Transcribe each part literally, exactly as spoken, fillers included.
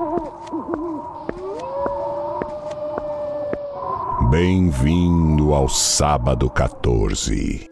Bem-vindo ao Sábado quatorze.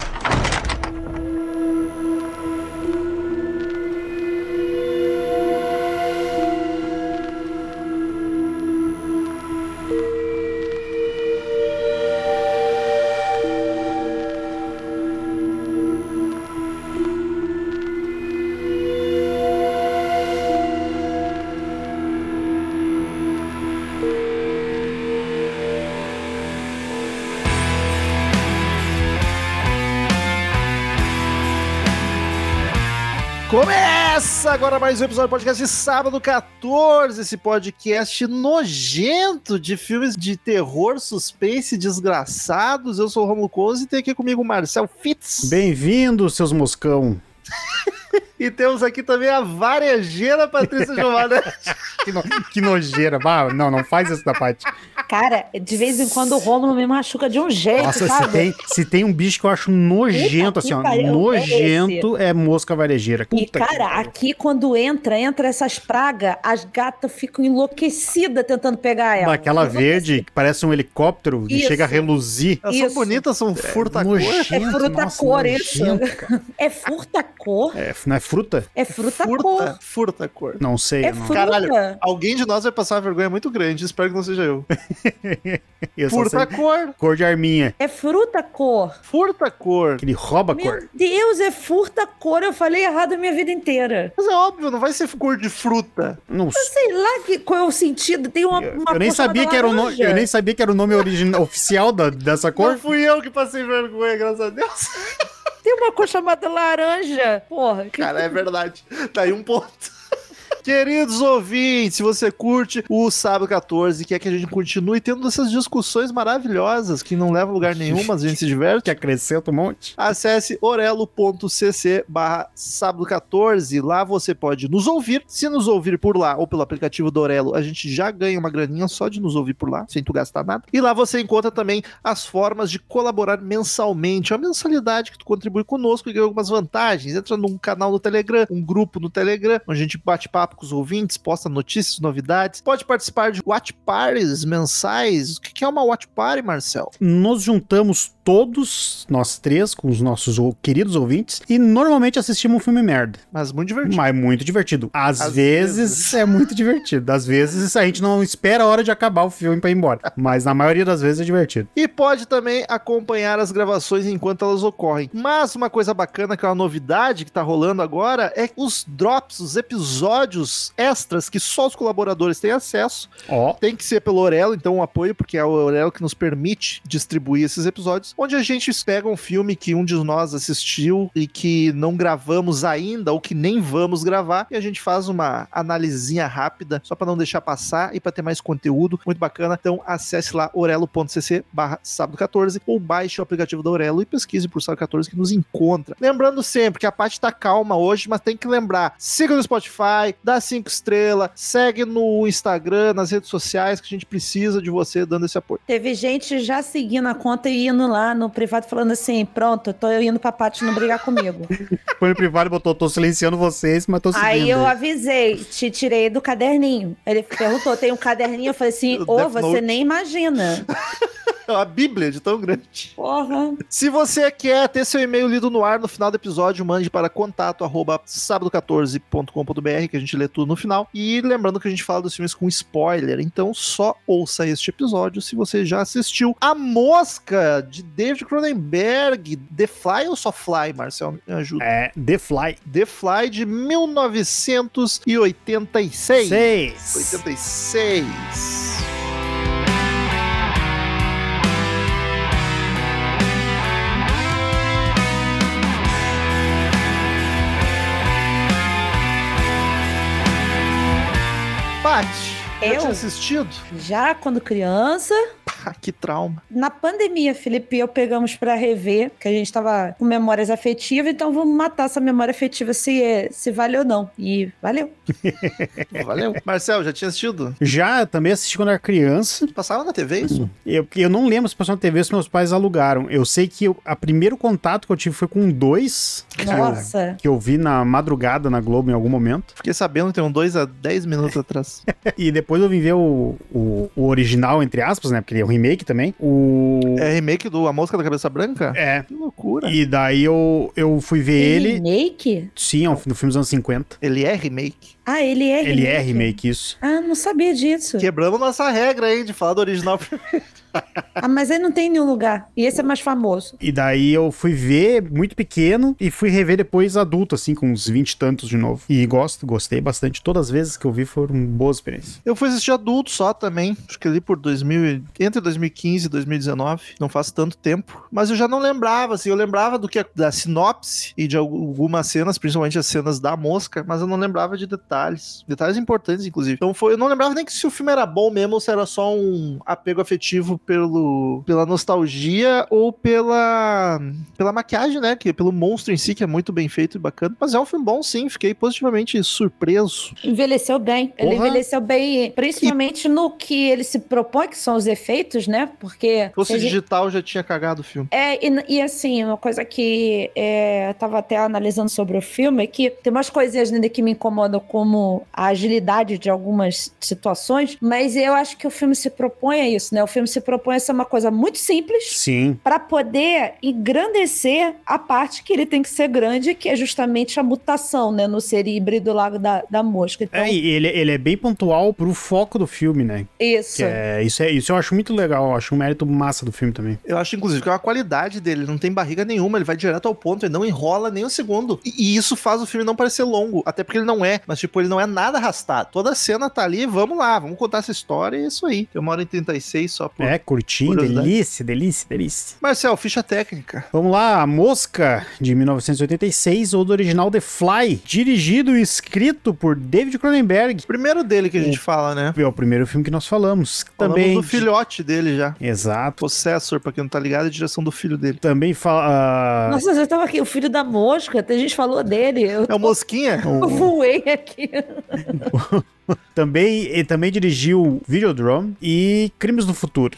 Começa agora mais um episódio do podcast de Sábado quatorze, esse podcast nojento de filmes de terror, suspense, desgraçados. Eu sou o Romulo Conze e tem aqui comigo o Marcel Fitz. Bem-vindo, seus moscão. E temos aqui também a varejeira Patrícia Giovanna. que, no, que nojeira. Bah, não, não faz isso da parte. Cara, de vez em quando o Rômulo me machuca de um jeito, Nossa, sabe? se tem, se tem um bicho que eu acho nojento, assim, ó, nojento é mosca varejeira. Puta e, cara, aqui quando entra, entra essas pragas, as gatas ficam enlouquecidas tentando pegar ela. Aquela verde que parece um helicóptero e chega a reluzir. Elas Isso. são bonitas, são furta-cor. É fruta-cor, isso. É furta-cor? É, não é fruta? É fruta-cor. Furta, furta-cor. Não sei. É não. fruta. Caralho, alguém de nós vai passar uma vergonha muito grande, espero que não seja eu. eu só sei Furta-cor. cor de arminha. É fruta-cor. Furta-cor. Aquele rouba Meu cor. Deus, é furta-cor. Eu falei errado a minha vida inteira. Mas é óbvio, não vai ser cor de fruta. Não sei. Sei lá que, qual é o sentido. Tem uma, Eu, uma eu nem cor sabia chamada que era o nome, laranja. eu nem sabia que era o nome original oficial da, dessa cor. Não fui eu que passei vergonha, graças a Deus. Tem uma cor chamada laranja. Porra. Cara, é verdade. Tá aí um ponto. Queridos ouvintes, se você curte o Sábado quatorze, quer que a gente continue tendo essas discussões maravilhosas que não levam a lugar nenhum, mas a gente se diverte, Que acrescenta um monte. acesse orelo.cc barra sábado quatorze. Lá você pode nos ouvir. Se nos ouvir por lá ou pelo aplicativo do Orelo, a gente já ganha uma graninha só de nos ouvir por lá, sem tu gastar nada. E lá você encontra também as formas de colaborar mensalmente. É uma mensalidade que tu contribui conosco e ganha algumas vantagens. Entra num canal no Telegram, um grupo no Telegram, onde a gente bate papo com os ouvintes, posta notícias, novidades. Pode participar de watch parties mensais. O que é uma watch party, Marcel? Nos juntamos todos, nós três, com os nossos ou- queridos ouvintes, e normalmente assistimos um filme merda. Mas muito divertido. Mas muito divertido. Às, Às vezes, vezes. é muito divertido. Às vezes a gente não espera a hora de acabar o filme pra ir embora. Mas na maioria das vezes é divertido. E pode também acompanhar as gravações enquanto elas ocorrem. Mas uma coisa bacana, que é uma novidade que tá rolando agora, é os drops, os episódios extras que só os colaboradores têm acesso. Ó, Tem que ser pelo Orelo, então um apoio, porque é o Orelo que nos permite distribuir esses episódios, onde a gente pega um filme que um de nós assistiu e que não gravamos ainda, ou que nem vamos gravar, e a gente faz uma analisinha rápida, só para não deixar passar e para ter mais conteúdo, muito bacana. Então acesse lá orelo.cc barra sábado quatorze ou baixe o aplicativo da Orelo e pesquise por Sábado quatorze que nos encontra. Lembrando sempre que a Paty tá calma hoje, mas tem que lembrar, siga no Spotify, dá cinco estrelas, segue no Instagram, nas redes sociais, que a gente precisa de você dando esse apoio. Teve gente já seguindo a conta e indo lá no privado falando assim, pronto, eu tô indo pra Paty não brigar comigo. foi no privado e botou, tô silenciando vocês, mas tô seguindo. Aí eu avisei, te tirei do caderninho. Ele perguntou, tem um caderninho? Eu falei assim, Do ô, Death você Note. nem imagina. É uma bíblia de tão grande. Porra. Se você quer ter seu e-mail lido no ar no final do episódio, mande para contato arroba sábado quatorze ponto com ponto b r, que a gente lê tudo no final. E lembrando que a gente fala dos filmes com spoiler, então só ouça este episódio se você já assistiu A Mosca, de David Cronenberg. The Fly ou só Fly, Marcel? Me ajuda. É, The Fly. The Fly, de mil novecentos e oitenta e seis. Seis. oitenta e seis. Paty, Já Eu? tinha assistido? Já quando criança. Ah, que trauma. Na pandemia, Felipe e eu pegamos pra rever, que a gente tava com memórias afetivas, então vamos matar essa memória afetiva se, é, se vale ou não. E valeu. Valeu. Marcel, já tinha assistido? Já também assisti quando era criança. Passava na T V isso? Eu, eu não lembro se passou na T V ou se meus pais alugaram. Eu sei que o primeiro contato que eu tive foi com dois. Que eu, Nossa. que eu vi na madrugada na Globo em algum momento. Fiquei sabendo que tem um dois a dez minutos atrás. E depois eu vim ver o, o, o original, entre aspas, né? Porque ele é um remake também. O... É remake do A Mosca da Cabeça Branca? É. Que loucura. E daí eu, eu fui ver Tem ele. remake? Sim, é um do filme dos anos cinquenta. Ele é remake. Ah, ele é remake. Ele é remake, isso. Ah, não sabia disso. Quebramos nossa regra aí de falar do original primeiro. Ah, mas aí não tem em nenhum lugar. E esse é mais famoso. E daí eu fui ver muito pequeno e fui rever depois adulto, assim, com uns vinte e tantos de novo. E gosto, gostei bastante. Todas as vezes que eu vi foram boas experiências. Eu fui assistir adulto só também. Acho que ali por dois mil, e- entre dois mil e quinze e dois mil e dezenove. Não faz tanto tempo. Mas eu já não lembrava, assim. Eu lembrava do que da sinopse e de algumas cenas, principalmente as cenas da mosca, mas eu não lembrava de detalhes. Detalhes importantes, inclusive. Então foi, eu não lembrava nem que se o filme era bom mesmo ou se era só um apego afetivo pelo, pela nostalgia ou pela, pela maquiagem, né? Que, pelo monstro em si, que é muito bem feito e bacana. Mas é um filme bom, sim. Fiquei positivamente surpreso. Envelheceu bem. Ele Porra. envelheceu bem, principalmente no que ele se propõe, que são os efeitos, né? Porque... Se fosse a gente- digital, já tinha cagado o filme. É, e, e assim, uma coisa que é, eu tava até analisando sobre o filme é que tem umas coisinhas ainda que me incomodam, como a agilidade de algumas situações, mas eu acho que o filme se propõe a isso, né? O filme se propõe a ser uma coisa muito simples Sim. para poder engrandecer a parte que ele tem que ser grande, que é justamente a mutação, né? No ser híbrido lá da, da mosca. Então, É, e ele, ele é bem pontual pro foco do filme, né? isso. Que é, isso, é, isso eu acho muito legal. Eu acho um mérito massa do filme também. Eu acho, inclusive, que é uma qualidade dele. Não tem barriga nenhuma, ele vai direto ao ponto, ele não enrola nem um segundo. E, e isso faz o filme não parecer longo. Até porque ele não é. Mas, tipo, ele não é nada arrastado. Toda cena tá ali, vamos lá, vamos contar essa história e é isso aí. Tem uma hora e trinta e seis só por... É, curtinho, curiosidade. delícia, delícia, delícia. Marcel, ficha técnica. Vamos lá, A Mosca, de mil novecentos e oitenta e seis, ou do original The Fly, dirigido e escrito por David Cronenberg. Primeiro dele que a gente fala, né? É o primeiro filme que nós falamos. Falamos Também... do filhote dele já. Exato. Possessor, pra quem não tá ligado, é a direção do filho dele. Também fala... Nossa, eu tava aqui, o filho da mosca, a gente falou dele. Eu, É o Mosquinha? eu voei aqui. Também, ele também dirigiu Videodrome e Crimes do Futuro.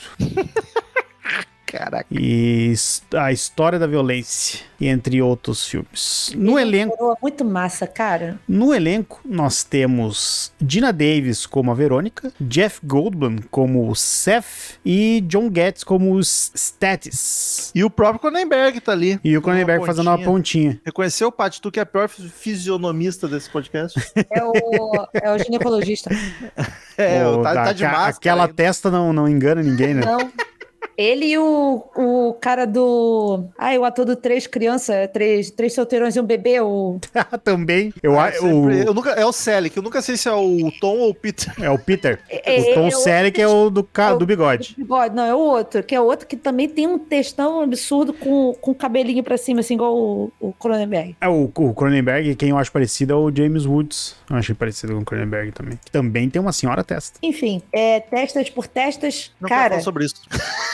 Caraca. E his- A História da Violência, entre outros filmes. No elenco, Coroa muito massa, cara. no elenco, nós temos Dina Davis como a Verônica, Jeff Goldblum como o Seth e John Getz como os Statis. E o próprio Cronenberg tá ali. E o Cronenberg Uma fazendo uma pontinha. pontinha. Reconheceu, Paty, tu que é a pior fisionomista desse podcast? É o, é o ginecologista. É, Ô, tá, da- tá de ca- máscara. Aquela ainda. testa não, não engana ninguém, né? Não. Ele e o, o cara do. Ai, o ator do Três Crianças, Três, três Solteirões e um Bebê, o. Também. Eu, Ah, a- sempre- o, eu nunca, é o Selic, eu nunca sei se é o Tom ou o Peter. é o Peter. É, o Tom é o- Selleck é o do, ca- é o- do bigode. Bigode, não, é o outro, que é o outro que também tem um textão absurdo com, com o cabelinho pra cima, assim, igual o, o Cronenberg. É, o, o Cronenberg, quem eu acho parecido é o James Woods. Eu achei parecido com o Cronenberg também. Que também tem uma senhora testa. Enfim, é testas por testas. Não quero Cara, falar sobre isso.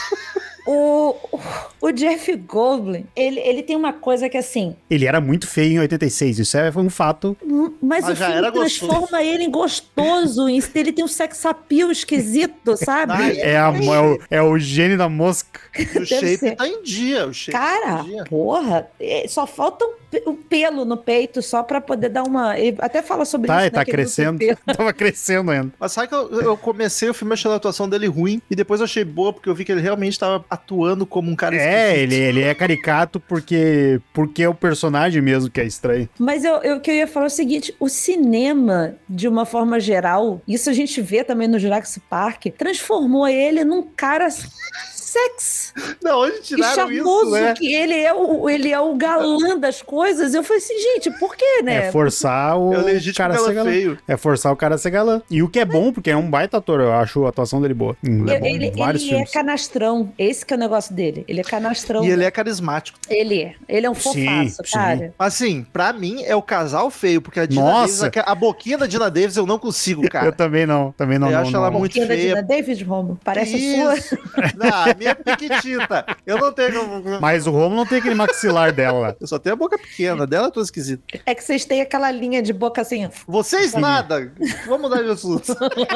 o, o, o Jeff Goldblum, ele, ele tem uma coisa que assim. Ele era muito feio em oitenta e seis, isso é um fato. Hum, Mas, Mas o já filme era gostoso. transforma ele em gostoso. em- Ele tem um sex appeal esquisito, sabe? Ah, É, a, é, o, é o gênio da mosca. E o Deve shape ser. tá em dia. O shape Cara, tá em dia. porra, é, só falta um, pe- um pelo no peito só pra poder dar uma. Ele até fala sobre Tá, isso. ele né, tá que ele não crescendo. tem pelo. Tava crescendo ainda. Mas sabe que eu, eu comecei o filme achando a atuação dele ruim e depois eu achei boa porque eu vi que ele realmente tava atuando como um cara É, esquisito. ele, ele é caricato porque, porque é o personagem mesmo que é estranho. Mas eu, eu, o que eu ia falar é o seguinte: o cinema, de uma forma geral, isso a gente vê também no Jurassic Park, transformou ele num cara sex. Não, onde E tiraram charmoso, isso, né? que ele é, o, ele é o galã das coisas. Eu falei assim, gente, por quê, né? É forçar o É o legítimo cara a ser galã galã. feio. É forçar o cara a ser galã. E o que é bom, porque é um baita ator, eu acho a atuação dele boa. Ele é bom Ele, em vários ele é filmes. canastrão. Esse que é o negócio dele. Ele é canastrão. E ele é carismático. Ele é. Ele é um Sim, fofaço, sim. cara. Assim, pra mim é o casal feio, porque a Dina Nossa. Davis, a, a boquinha da Dina Davis eu não consigo, cara. Eu também não, também não. Eu não, acho não, ela não. muito Pouquinho da feia. Dina David, Romo. Parece a Isso. sua. Não, a minha é piquitita. Eu não tenho... Mas o Romulo não tem aquele maxilar dela. Eu só tenho a boca pequena, dela é toda esquisita. É que vocês têm aquela linha de boca assim. Vocês nada. Vamos mudar de assunto.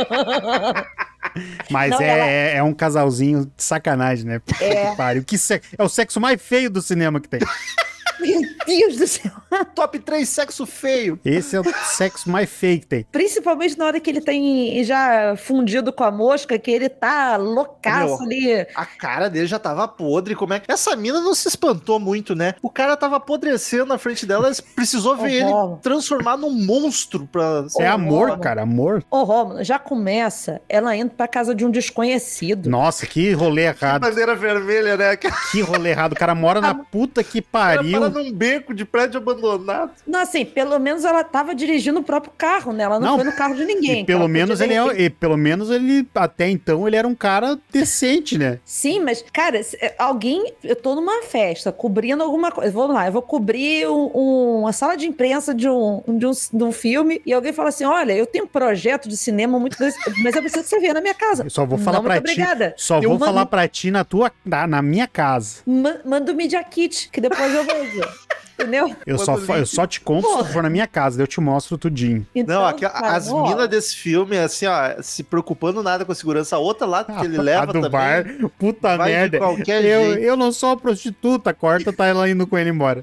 Mas Não, é, ela- é, é um casalzinho de sacanagem, né? Puta É. que pariu. Que se- É o sexo mais feio do cinema que tem. Meu Deus do céu. Top três sexo feio. Esse é o sexo mais feio que tem. Principalmente na hora que ele tem já fundido com a mosca, que ele tá loucaço Meu. ali. A cara dele já tava podre. Como é que. Essa mina não se espantou muito, né? O cara tava apodrecendo na frente dela, precisou ver Ô, ele Romo. transformar num monstro pra. É Ô, amor, Romulo. cara, amor. Ô, Rômulo, já começa ela indo pra casa de um desconhecido. Nossa, que rolê errado. Bandeira vermelha, né? Que Que rolê errado. O cara mora na puta que pariu. para num beco de prédio abandonado. Não, assim, pelo menos ela tava dirigindo o próprio carro, né? Ela não, Não, foi no carro de ninguém. E pelo Ela menos podia, ele de é, repente- e pelo menos ele até então ele era um cara decente, né? Sim, mas, cara, se- é, alguém. Eu tô numa festa, cobrindo alguma coisa. Vamos lá, eu vou cobrir um- um- uma sala de imprensa de um, de, um, de um filme e alguém fala assim: olha, eu tenho um projeto de cinema muito grande, mas eu preciso que você venha na minha casa. Eu só vou falar Não, pra muito ti. obrigada. Só Eu vou mando- falar pra ti na tua na, na minha casa. Ma- Manda o Media Kit, que depois eu vejo. Entendeu? Eu só, Manda o fa- eu link. só te conto se tu Porra. for na minha casa, daí eu te mostro tudinho. Então, Não, aqui, cara, as ó, minas desse filme, assim, ó, se preocupando nada com a segurança. A outra lá que ele A leva do também. bar, puta vai de merda. qualquer Eu, jeito. eu não sou uma prostituta, corta, tá ela indo com ele embora.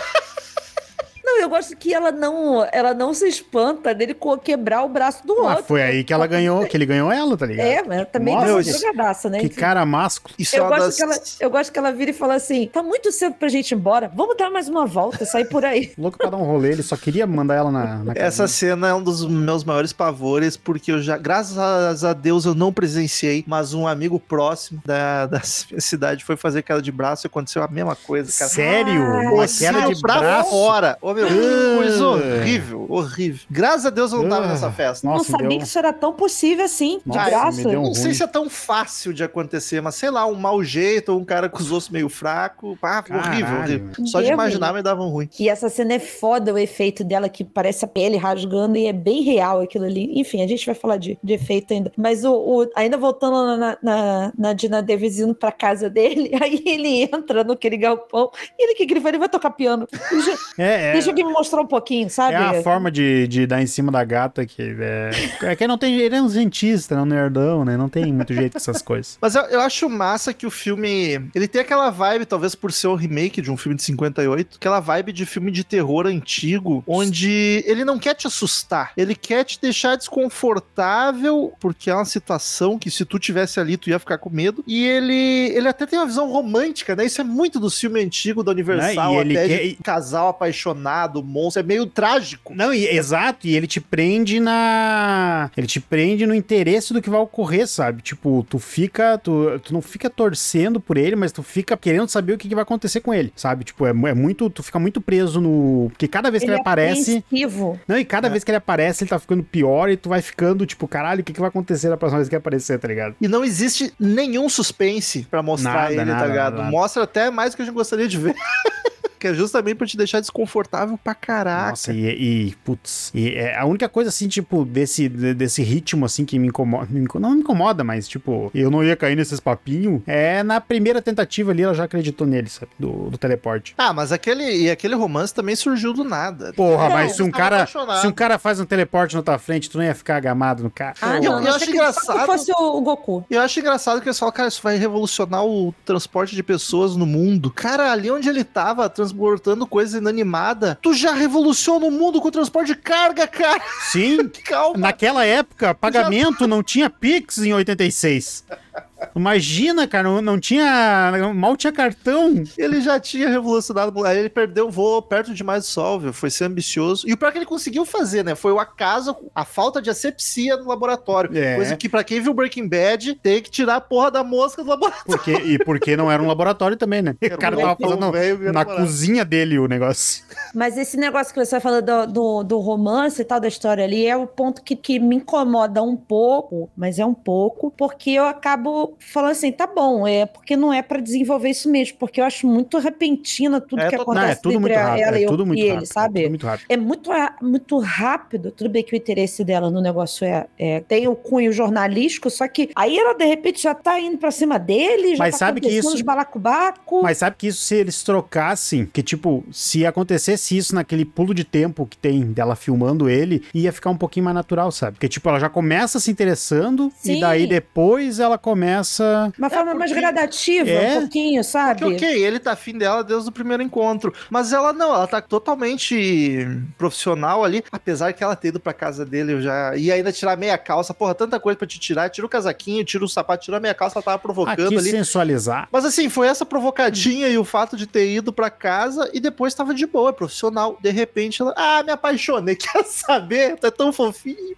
Não, eu gosto que ela não, ela não se espanta dele co- quebrar o braço do Ah, outro. foi aí que ela ganhou, que ele ganhou ela, tá ligado? É, mas ela também Nossa, deu uma isso- jogadaça, né? Que Enfim. cara másculo. Isso é Eu uma gosto, das... que ela, eu gosto que ela vira e fala assim: tá muito cedo pra gente ir embora, vamos dar mais uma volta, sair por aí. Louco pra dar um rolê, ele só queria mandar ela na, na Essa casinha. cena é um dos meus maiores pavores, porque eu já, graças a Deus, eu não presenciei, mas um amigo próximo da, da cidade foi fazer queda de braço e aconteceu a mesma coisa, cara. Sério? Uma Oscila queda de pra braço? fora. Ô, meu, que Ah. coisa horrível, horrível. Graças a Deus eu não tava Ah. nessa festa. Nossa, não sabia deu- que isso era tão possível assim, de Nossa, graça. me deu um Não sei ruim. se é tão fácil de acontecer, mas sei lá, um mau jeito ou um cara com os ossos meio fracos. Ah, horrível, Caralho. horrível. Só de Deus imaginar me dava um ruim. E essa cena é foda, o efeito dela, que parece a pele rasgando, e é bem real aquilo ali. Enfim, a gente vai falar de, de efeito ainda. Mas o, o- ainda voltando na, na, na Dina Davis indo pra casa dele, aí ele entra naquele galpão, e ele que grita, ele vai tocar piano. Deixa, É, é, deixa eu me mostrar um pouquinho, sabe? é a forma de, de dar em cima da gata que é, é que não tem, ele é um cientista, não é um nerdão, né? Não tem muito jeito com essas coisas. Mas eu, eu acho massa que o filme. Ele tem aquela vibe, talvez por ser o remake de um filme de cinquenta e oito, aquela vibe de filme de terror antigo, onde ele não quer te assustar, ele quer te deixar desconfortável, porque é uma situação que se tu tivesse ali, tu ia ficar com medo. E ele, ele até tem uma visão romântica, né? Isso é muito do filme antigo da Universal, Né? E ele até quer- de casal apaixonado, monstro. É meio trágico. Não, e, exato, e ele te prende na. Ele te prende no interesse do que vai ocorrer, sabe? Tipo, tu fica. Tu, tu não fica torcendo por ele, mas tu fica querendo saber o que, que vai acontecer com ele, sabe? Tipo, é, mu- é muito. Tu fica muito preso no. Porque cada vez que Ele ele é aparece. apreensivo. Não, e cada É. vez que ele aparece, ele tá ficando pior e tu vai ficando, tipo, caralho, o que, que vai acontecer na próxima vez que ele aparecer, tá ligado? E não existe nenhum suspense pra mostrar Nada, ele, tá nada, ligado? nada. Mostra até mais do que a gente gostaria de ver. Que é justamente pra te deixar desconfortável pra caraca. Nossa, e, e putz, e é a única coisa assim, tipo, desse, de- desse ritmo assim que me incomoda, me inco- não me incomoda, mas tipo, eu não ia cair nesses papinhos, é na primeira tentativa ali, ela já acreditou nele, sabe, do, do teleporte. Ah, mas aquele, e aquele romance também surgiu do nada. Porra, Não, mas se um tava cara, apaixonado. se um cara faz um teleporte na tua frente, tu não ia ficar agamado no cara? Ah, Eu- não, eu não sei acho que- engraçado- Se fosse o, o Goku. E eu acho engraçado que eles falam, cara, isso vai revolucionar o transporte de pessoas no mundo. Cara, ali onde ele tava transportando coisa inanimada, tu já revoluciona o mundo com o transporte de carga, cara. Sim, Calma. naquela época, pagamento não tinha Pix em oitenta e seis. Imagina, cara, não, não tinha... Mal tinha cartão. Ele já tinha revolucionado, aí ele perdeu o voo perto demais do sol, viu? Foi ser ambicioso. E o pior que ele conseguiu fazer, né? Foi o acaso, a falta de asepsia no laboratório. É. Coisa que pra quem viu Breaking Bad, tem que tirar a porra da mosca do laboratório. Porque, e porque não era um laboratório também, né? Era O cara um tava galpão fazendo velho que era na barato. cozinha dele o negócio. Mas esse negócio que você falou do, do, do romance e tal, da história ali, é o ponto que, que me incomoda um pouco, mas é um pouco, porque eu acabo falando assim, tá bom, é porque não é pra desenvolver isso mesmo, porque eu acho muito repentina tudo É, que total. Não, acontece é tudo muito entre rápido. ela É e, tudo o- muito e ele, rápido. É sabe? tudo muito rápido. É muito, ra- muito rápido. Tudo bem que o interesse dela no negócio é, é- tem o cunho jornalístico, só que aí ela, de repente, já tá indo pra cima dele, já Mas tá sabe que acontecendo isso- os balacobaco. Mas sabe que isso, se eles trocassem, que tipo, se acontecesse isso naquele pulo de tempo que tem dela filmando ele, ia ficar um pouquinho mais natural, sabe? Porque tipo, ela já começa se interessando Sim. e daí depois ela começa... Uma forma porque- mais gradativa, É. um pouquinho, sabe? Porque, ok, ele tá afim dela desde o primeiro encontro. Mas ela não, ela tá totalmente profissional ali. Apesar que ela ter ido pra casa dele, eu já ia ainda tirar meia calça. Porra, tanta coisa pra te tirar. Tira o casaquinho, tira o sapato, tira a meia calça, ela tava provocando Aqui ali. sensualizar. Mas assim, foi essa provocadinha e o fato de ter ido pra casa e depois tava de boa, é profissional. De repente ela, ah, me apaixonei, quer saber? Tu é tão fofinho.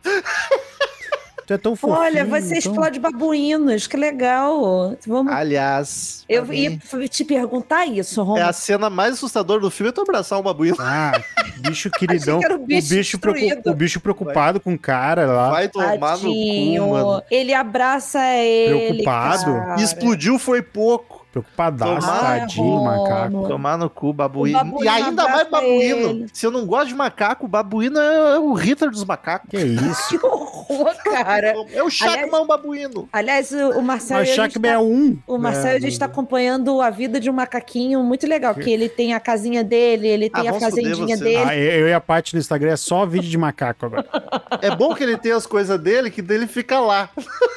Tu é tão fofinho. Olha, você tão- explode babuínos, que legal. Vamos... Aliás, eu pra ia mim, te perguntar isso, é Romulo. a cena mais assustadora do filme é tu abraçar uma babuína. Ah, bicho queridão. que era o bicho preocu- destruído. o bicho preocupado com o cara lá. Vai tomar Tadinho. no cu, mano. Ele abraça ele. Preocupado. cara. E explodiu foi pouco. Preocupadaço, Tomar, tadinho, macaco. Romulo. Tomar no cu, babuíno. O babuíno E ainda mais abraça babuíno. ele. Se eu não gosto de macaco, babuíno é o Hitler dos macacos. Que isso? Que horror, cara. É o Shackman babuíno. Aliás, o o Marcelo... Mas a gente Shackman tá- é um. O Marcelo, É, a gente tá acompanhando a vida de um macaquinho muito legal, que ele tem a casinha dele, ele Ah, tem a vamos foder fazendinha você. dele. Ah, eu e a Paty no Instagram é só vídeo de macaco agora. É bom que ele tem as coisas dele, que dele fica lá.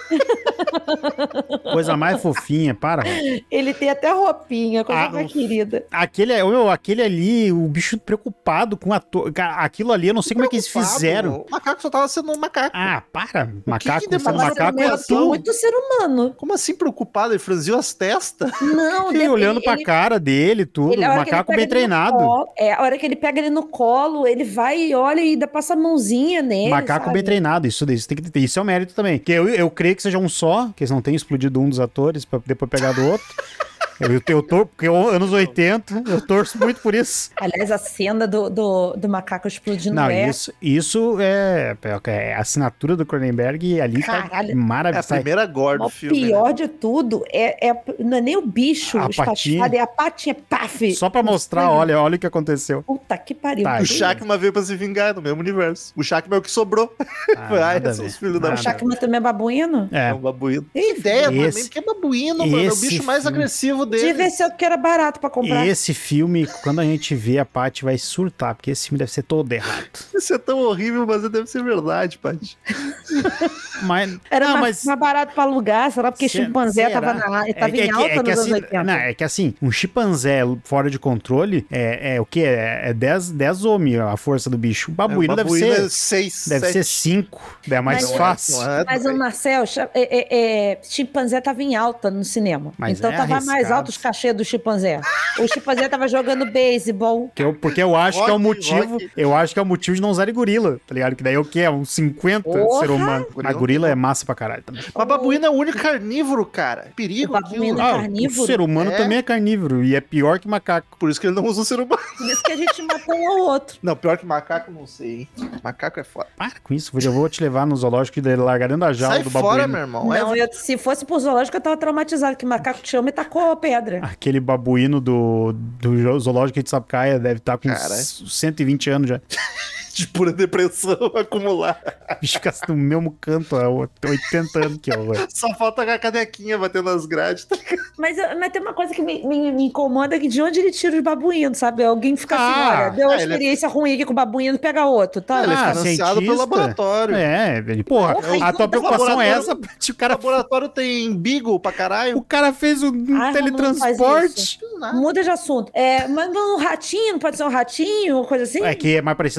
Coisa mais fofinha, para. Ele tem até roupinha, coisa Ah, mais querida. Aquele, meu, aquele ali, o bicho preocupado com a to... Cara, aquilo ali, eu não sei como é que eles Preocupado, fizeram. O macaco só tava sendo um macaco. Ah, para. Macaco, que sendo demora macaco pra é reação? tu. Muito ser humano. Como assim preocupado? Ele franziu as testas? Não, Ele de- olhando ele- pra ele- cara dele, tudo. ele- a O hora que ele macaco pega bem ele no treinado. colo- é, a hora que ele pega ele no colo, ele vai e olha e ainda passa a mãozinha nele. Macaco sabe? bem treinado, isso, isso tem que ter. Isso é um mérito também. Que eu, eu creio que seja um só, que eles não tenham explodido um dos atores pra depois pegar do outro. Eu, eu tor porque eu, anos oitenta, eu torço muito por isso. Aliás, a cena do, do, do macaco explodindo Não, é... isso, isso é, é a assinatura do Cronenberg e ali tá Caralho. É a maravilhoso. primeira gore do O filme. pior né? de tudo é, é- não é nem o bicho A espatifado, é a patinha, paf! Só pra mostrar, olha, olha o que aconteceu. Puta que pariu. Tá, O Shackman veio pra se vingar no mesmo universo. O Shackman é o que sobrou. Ah, Ai, nada a seus ver, filhos da nada O a Shackman. Shackman também é babuíno? É, É um babuíno. Tem ideia, mano. Esse- Nem porque é babuíno, mano. É o esse bicho mais filme- agressivo dele. Devia ser o que era barato pra comprar. esse filme, quando a gente vê, a Paty vai surtar, porque esse filme deve ser todo errado. Isso é tão horrível, mas deve ser verdade, Paty. Mas, Era não, mais, mas... mais barato pra alugar, será? Porque Se- chimpanzé será? tava, na, tava É em que- alta é que nos anos assim, oitenta. não, é que assim, um chimpanzé fora de controle é, é o quê? É dez homens a força do bicho. O babuíno, É, o deve babuíno ser é seis, deve sete. ser cinco, é mais Mas- fácil. Não é, Mas não o é. Marcel, cha- é, é, é, chimpanzé tava em alta no cinema. Mas então é tava mais arriscado. alto os cachê do chimpanzé. O chimpanzé tava jogando beisebol. Que eu- porque eu acho que é o Rock, motivo, rock. eu acho que é o motivo de não usarem gorila, tá ligado? Que daí é o quê? É uns cinquenta Porra! ser humano. Gorila A gorila é massa pra caralho também. Mas babuíno é o único carnívoro, cara. Perigo O babuíno aquilo. é Ah, carnívoro? o ser humano É. também é carnívoro e é pior que macaco. Por isso que ele não usa o ser humano. Por isso que a gente matou um ao outro. Não, pior que macaco, não sei, hein. Macaco é foda. Para com isso, eu já vou te levar no zoológico e daí largar dentro da jaula Sai do fora, babuíno. meu irmão. É Não, eu- se fosse pro zoológico, eu tava traumatizado, que macaco te chama e tacou a pedra. Aquele babuíno do, do zoológico de Sapucaia deve estar com Caralho. uns cento e vinte anos já. de pura depressão acumular. O bicho fica no mesmo canto há oitenta anos que eu. Só falta a canequinha batendo nas grades, tá ligado? Mas, eu- mas tem uma coisa que me, me, me incomoda, que de onde ele tira os babuínos, sabe? Alguém fica assim, Ah, olha, deu uma é, ele é- experiência ruim aqui com o babuíno, pega outro, tá? Ele é Ah, financiado pelo cientista. laboratório. É, ele, porra, Porra, a então tua tá preocupação é essa? laboratório- O O cara, laboratório tem Beagle pra caralho. o cara fez um Ai, Romulo, não faz teletransporte. Nada. Muda de assunto. É, mas um ratinho, não pode ser um ratinho, ou coisa assim? É que é mais parecido com gente.